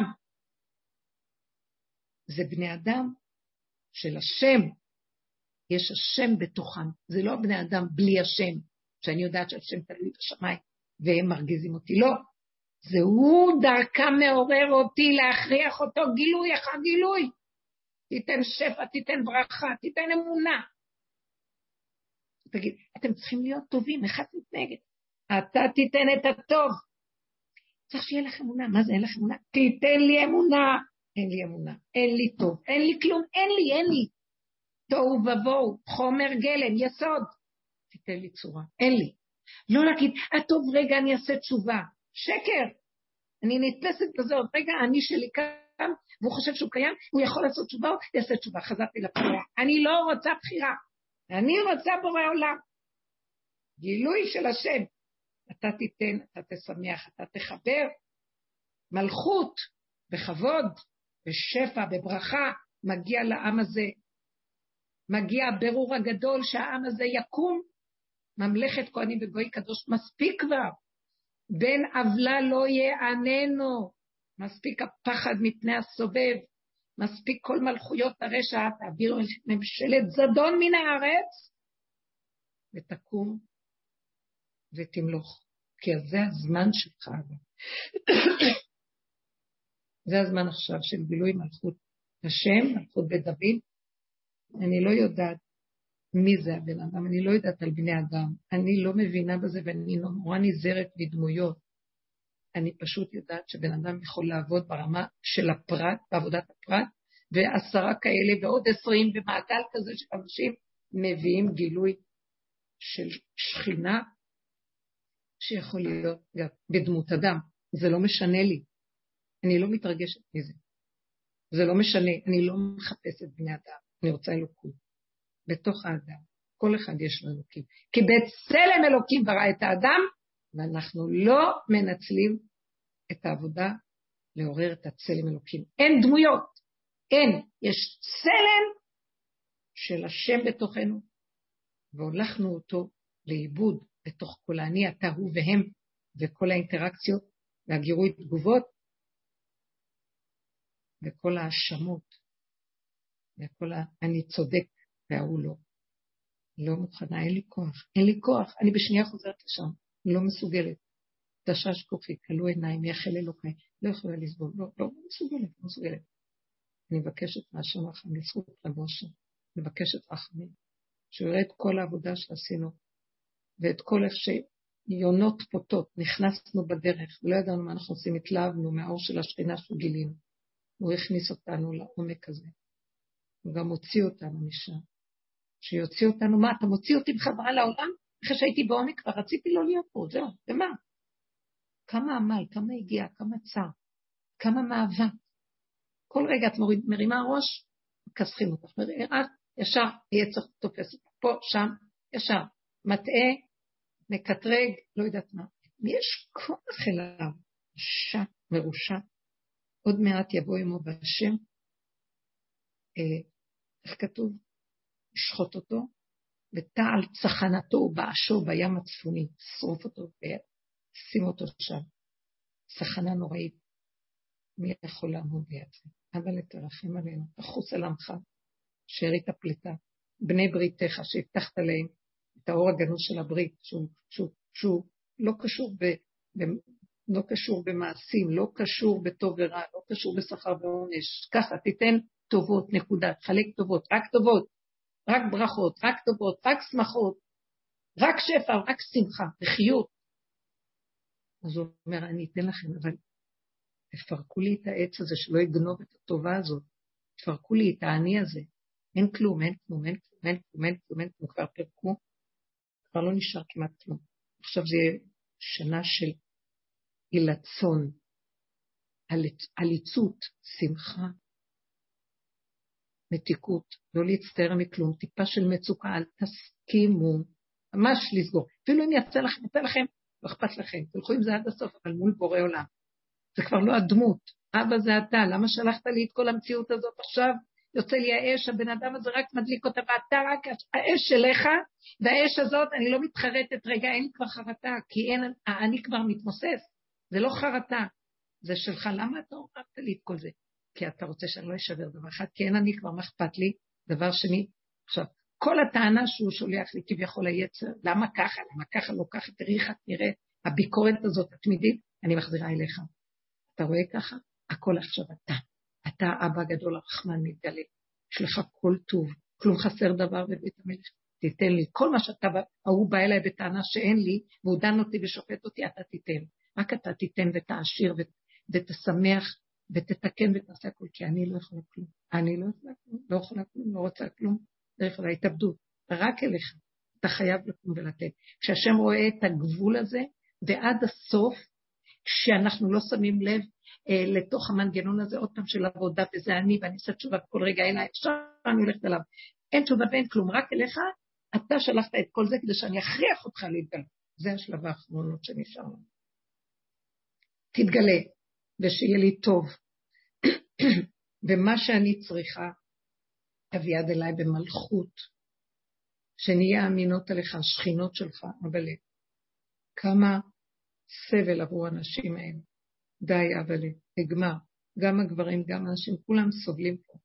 זה בני אדם של השם, יש השם בתוכם, זה לא בני אדם בלי השם, שאני יודעת שהשם תלוי בשמיים, והם מרגיזים אותי, לא. זה הוא דרכם מעורר אותי להכריח אותו גילוי אחד גילוי. תיתן שפע, תיתן ברכה, תיתן אמונה. תגיד, אתם צריכים להיות טובים, אחד מתנגד. אתה תיתן את הטוב. צריך שיהיה לך אמונה. מה זה אין לך אמונה? תיתן לי אמונה. אין לי אמונה, אין לי טוב, אין לי כלום, אין לי. תוהו ובוהו, חומר גלם, יסוד. תיתן לי צורה, אין לי. לא להגיד, טוב רגע אני אעשה תשובה. שקר. אני נתפסת בזה עוד רגע, אני שלי קם, והוא חושב שהוא קיים, הוא יכול לעשות תשובה, הוא יעשה תשובה, חזרתי לבחירה. אני לא רוצה בחירה, אני רוצה בורא עולם. גילוי של השם. אתה תיתן, אתה תשמח, אתה תחבר מלכות בכבוד, בשפע, בברכה, מגיע לעם הזה. מגיע הבירור הגדול שהעם הזה יקום, ממלכת כהנים וגוי קדוש, מספיק כבר. בן עוולה לא יעננו, מספיק הפחד מפני הסובב, מספיק כל מלכויות הרשע, תעבירו ממשלת זדון מן הארץ, ותקום ותמלוך, כי זה הזמן שלך. זה הזמן עכשיו של גילוי מלכות השם, מלכות בית דוד. אני לא יודעת מי זה הבן אדם, אני לא יודעת על בני אדם, אני לא מבינה בזה ואני נורא נזהרת בדמויות. אני פשוט יודעת שבן אדם יכול לעבוד ברמה של הפרט, בעבודת הפרט, ו10 כאלה ועוד 20 במעגל כזה של אנשים מביאים גילוי של שכינה שיכול להיות בדמות אדם. זה לא משנה לי, אני לא מתרגשת מזה, זה לא משנה, אני לא מחפשת בני אדם, אני רוצה אלוקות. בתוך האדם, כל אחד יש לו אלוקים. כי בצלם אלוקים ברא את האדם, ואנחנו לא מנצלים את העבודה לעורר את הצלם אלוקים. אין דמויות, אין. יש צלם של השם בתוכנו, והולכנו אותו לאיבוד בתוך כל העני, אתה הוא והם, וכל האינטראקציות, והגירוי תגובות, וכל האשמות, וכל אני צודק, והוא לא מוכנה, אין לי כוח, אני בשנייה חוזרת לשם, לא מסוגלת, תשש כוחי, קלו עיניים, יחל אלוקי, לא יכולה לסבול, לא מסוגלת, אני מבקשת מהשם רחם, לזכות לבושה, מבקשת רחמים, שהוא יראה את כל העבודה שעשינו, ואת כל איך שיונות פוטות, נכנסנו בדרך, ולא ידענו מה אנחנו עושים, התלהבנו מהאור של השכינה שגילינו, הוא הכניס אותנו לעומק הזה, הוא גם הוציא אותנו משם, שיוציא אותנו, מה, אתה מוציא אותי בחזרה לעולם? אחרי שהייתי בעומק כבר רציתי לא להיות פה, זהו, ומה? כמה עמל, כמה הגיע, כמה צער, כמה מאבק. כל רגע את מרימה ראש, כסחים אותך, מרימה, ישר, יהיה צריך תופס אותך, פה, שם, ישר, מטעה, מקטרג, לא יודעת מה. יש כוח אליו, מרושע, עוד מעט יבוא עמו בהשם, איך כתוב? לשחוט אותו, ותעל צחנתו באשו בים הצפוני, שרוף אותו ושים אותו שם. צחנה נוראית. מי יכול לעמוד ליד זה? אבל תרחם עלינו, תחוס על עמך, שארית הפליטה, בני בריתך, שהבטחת להם את האור הגנוז של הברית, שהוא לא קשור במעשים, לא קשור בטוב ורע, לא קשור בשכר ועונש. ככה, תיתן טובות, נקודה, חלק טובות, רק טובות, רק ברכות, רק טובות, רק שמחות, רק שפע, רק שמחה, וחיות. אז הוא אומר, אני אתן לכם, אבל תפרקו לי את העץ הזה, שלא יגנוב את הטובה הזאת, תפרקו לי את העני הזה, אין כלום, אין כלום, אין כלום, אין כלום, אין כלום, אין כלום, כבר פרקו, כבר לא נשאר כמעט כלום. עכשיו זה יהיה שנה של אילצון, עליצות, שמחה, מתיקות, לא להצטער מכלום, טיפה של מצוקה, אל תסכימו, ממש לסגור. אפילו אם יצא לכם, לא אכפת לכם, תלכו עם זה עד הסוף, אבל מול בורא עולם. זה כבר לא הדמות, אבא זה אתה, למה שלחת לי את כל המציאות הזאת עכשיו? יוצא לי האש, הבן אדם הזה רק מדליק אותה, ואתה רק האש שלך, והאש הזאת אני לא מתחרטת, רגע אין לי כבר חרטה, כי אני כבר מתמוסס, זה לא חרטה, זה שלך, למה אתה הורדת לי את כל זה? כי אתה רוצה שאני לא אשבר דבר אחד, כי אין אני כבר מה אכפת לי, דבר שני, עכשיו, כל הטענה שהוא שולח לי כביכול היצר, למה ככה, לא ככה, תראי איך את נראית, הביקורת הזאת התמידית, אני מחזירה אליך. אתה רואה ככה? הכל עכשיו אתה אבא גדול הרחמן מתגלה, יש לך כל טוב, כלום חסר דבר בבית המלך, תיתן לי, כל מה שאתה, הוא בא אליי בטענה שאין לי, והוא דן אותי ושופט אותי, אתה תיתן, רק אתה תיתן ותעשיר ותשמח ותתקן ותעשה הכל, כי אני לא יכולה כלום, לא רוצה כלום, לא יכולה התאבדות, רק אליך, אתה חייב לקום ולתת, כשהשם רואה את הגבול הזה, ועד הסוף, כשאנחנו לא שמים לב לתוך המנגנון הזה, עוד פעם של עבודה, וזה אני, ואני עושה תשובה כל רגע אליי, עכשיו אני הולכת אליו, אין תשובה ואין כלום, רק אליך, אתה שלחת את כל זה, כדי שאני אכריח אותך להתגלות, זה השלב האחרונות שנשאר לנו. תתגלה, ושיהיה לי טוב, ומה שאני צריכה, תביא עד אליי במלכות, שנהיה אמינות עליך, השכינות שלך, אבל כמה סבל עבור אנשים האלה. די, אבל נגמר. גם הגברים, גם האנשים, כולם סובלים פה.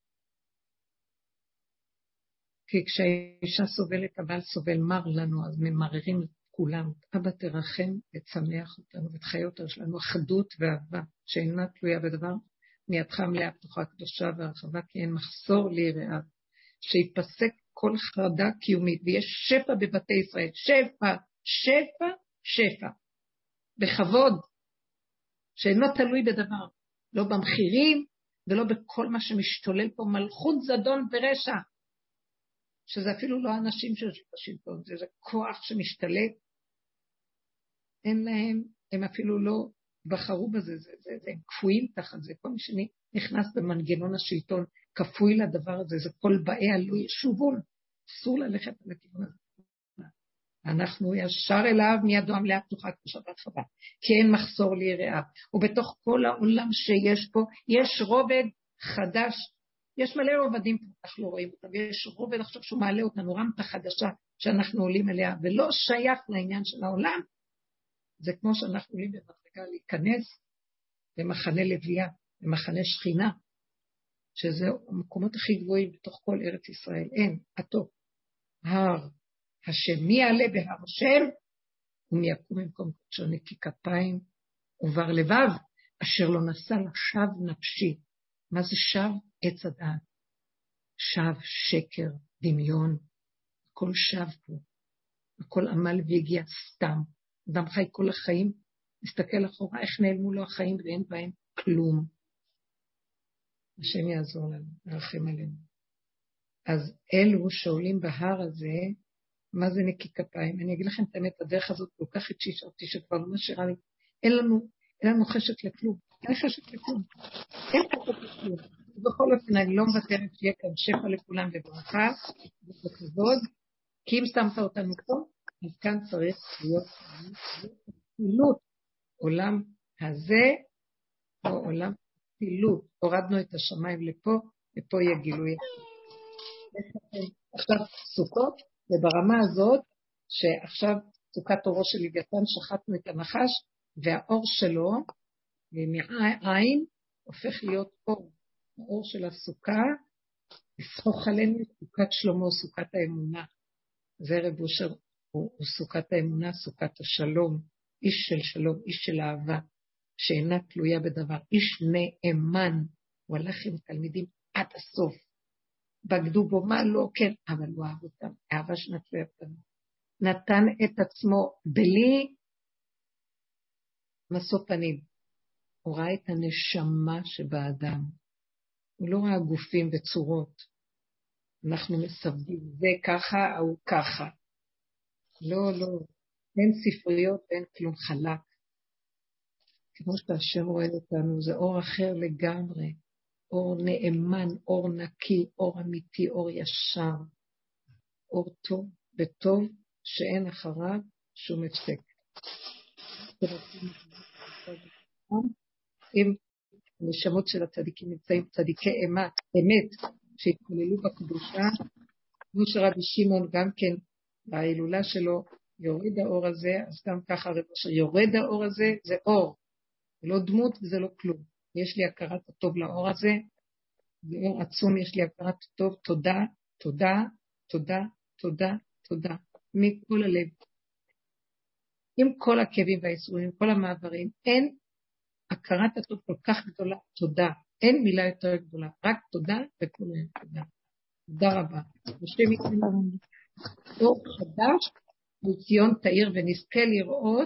כי כשהאישה סובלת, הבעל סובל מר לנו, אז ממררים את כולם. אבא תרחם ותשמח אותנו, ותחיה אותנו, יש לנו אחדות ואהבה, שאינה תלויה בדבר, מידך מלאה פתוחה קדושה והרחבה, כי אין מחסור ליראה, שיפסק כל חרדה קיומית, ויש שפע בבתי ישראל, שפע, שפע, שפע. בכבוד, שאינו תלוי בדבר, לא במחירים, ולא בכל מה שמשתולל פה, מלכות זדון ורשע, שזה אפילו לא אנשים שיושבים בשלטון, זה כוח שמשתלט, אין להם, הם אפילו לא בחרו בזה, הם כפויים תחת זה, כל מי שנכנס במנגנון השלטון, כפוי לדבר הזה, זה כל באי הלא ישובון, אסור ללכת על הכיוון הזה. אנחנו ישר אליו מידו המלאה פתוחה קדושה והרחבה, כי אין מחסור ליראה, ובתוך כל העולם שיש פה, יש רובד חדש, יש מלא רובדים פה, אנחנו לא רואים אותם, יש רובד עכשיו שהוא מעלה אותנו, רמתה חדשה שאנחנו עולים אליה, ולא שייך לעניין של העולם, זה כמו שאנחנו עולים במדרגה להיכנס למחנה לוויה, למחנה שכינה, שזה המקומות הכי גבוהים בתוך כל ארץ ישראל, אין, עתו, הר, השם, מי יעלה בהר השם, ומי יקום במקום קודשו נקי כפיים, ובר לבב, אשר לא נשא לשב נפשי. מה זה שב? עץ הדעת. שב, שקר, דמיון, הכל שב פה, הכל עמל והגיע סתם. אדם חי כל החיים, מסתכל אחורה, איך נעלמו לו החיים ואין בהם כלום. השם יעזור לנו, ירחם עלינו. אז אלו שעולים בהר הזה, מה זה נקי כפיים? אני אגיד לכם את האמת, הדרך הזאת כל כך התשישה אותי שכבר לא משאירה לי. אין לנו חשק לכלום. אין חשק לכלום. אין חשק לכלום. ובכל אופן, אני לא מבטרת שיהיה כאן שפע לכולם בברכה ובכבוד, כי אם שמת אותנו פה, אז כאן צריך להיות פעילות. עולם הזה, או עולם פעילות. הורדנו את השמיים לפה, ופה יהיה גילוי. עכשיו סוכות, וברמה הזאת, שעכשיו סוכת אורו של לוויתן, שחטנו את הנחש, והאור שלו, מעין, הופך להיות אור. האור של הסוכה, לסחוך עלינו סוכת שלמה, סוכת האמונה. זה רב אושר, הוא סוכת האמונה, סוכת השלום, איש של שלום, איש של אהבה, שאינה תלויה בדבר, איש נאמן, הוא הלך עם תלמידים עד הסוף, בגדו בו מה לא, כן, אבל הוא אהב אותם, אהבה שנתלויה אותם, נתן את עצמו בלי משוא פנים, הוא ראה את הנשמה שבאדם, הוא לא ראה גופים וצורות, אנחנו מסבבים, זה ככה, הוא ככה. לא, לא, אין ספריות, אין כלום חלק. כמו שהשם רואה אותנו, זה אור אחר לגמרי. אור נאמן, אור נקי, אור אמיתי, אור ישר. אור טוב וטוב שאין אחריו שום הפסק. אם הנשמות של הצדיקים נמצאים צדיקי אמת שהתכוללו בקדושה, כמו שרבי שמעון גם כן בהילולה שלו יורד האור הזה, אז גם ככה רבי שיורד האור הזה זה אור, זה לא דמות וזה לא כלום. יש לי הכרת הטוב לאור הזה, זה אור עצום, יש לי הכרת הטוב, תודה, תודה, תודה, תודה, תודה, מכל הלב. עם כל הכאבים והאיסורים, עם כל המעברים, אין הכרת הטוב כל כך גדולה, תודה. אין מילה יותר גדולה, רק תודה וכל מילה תודה. תודה רבה. השם ייתן אור חדש, וציון תאיר ונזכה לראות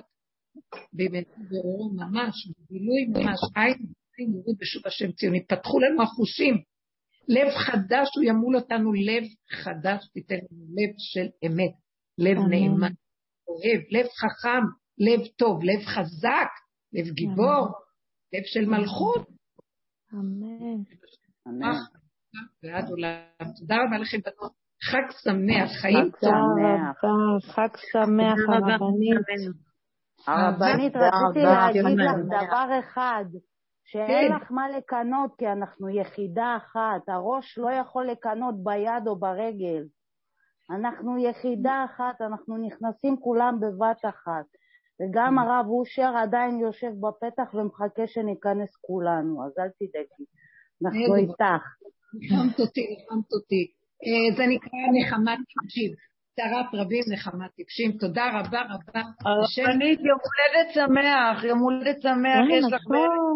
באור ממש, בגילוי ממש, עין נורות בשוב השם ציון, יפתחו לנו החושים, לב חדש, הוא ימול אותנו לב חדש, תיתן לנו לב של אמת, לב נאמן, אוהב, לב חכם, לב טוב, לב חזק, לב גיבור, לב של מלכות. אמן. אמן. ועד עולם. תודה רבה לכם בנות. חג שמח, חיים טוב. חג שמח, הרבנית. הרבנית, רציתי להגיד לך דבר אחד, שאין לך מה לקנות, כי אנחנו יחידה אחת. הראש לא יכול לקנות ביד או ברגל. אנחנו יחידה אחת, אנחנו נכנסים כולם בבת אחת. וגם הרב אושר עדיין יושב בפתח ומחכה שניכנס כולנו, אז אל תדאגי, אנחנו איתך. נחמת אותי. זה נקרא נחמת טיפשים, צרת רבים נחמת טיפשים. תודה רבה רבה. הרבנית, יום הולדת שמח, יום הולדת שמח, יש לך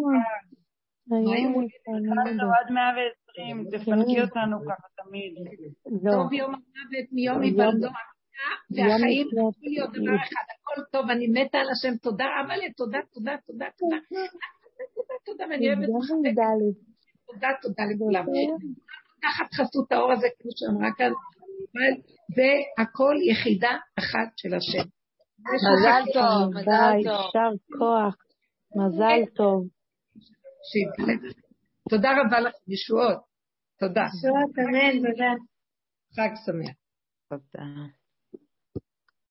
מה יום הולדת? עד 120, תפנקי אותנו ככה תמיד. טוב יום המוות מיום היוולדו. והחיים נתנו לי עוד דבר אחד, הכל טוב, אני מתה על השם, תודה רבה לי, תודה, תודה, תודה, תודה, תודה, ואני אוהבת מחבקת, תודה לכולם. תחת חסות האור הזה, כמו שאמרה כאן, והכל יחידה אחת של השם. מזל טוב, מזל טוב. שר כוח, מזל טוב. תודה רבה לך, ישועות. תודה. ישועות, אמן, תודה. חג שמח. תודה.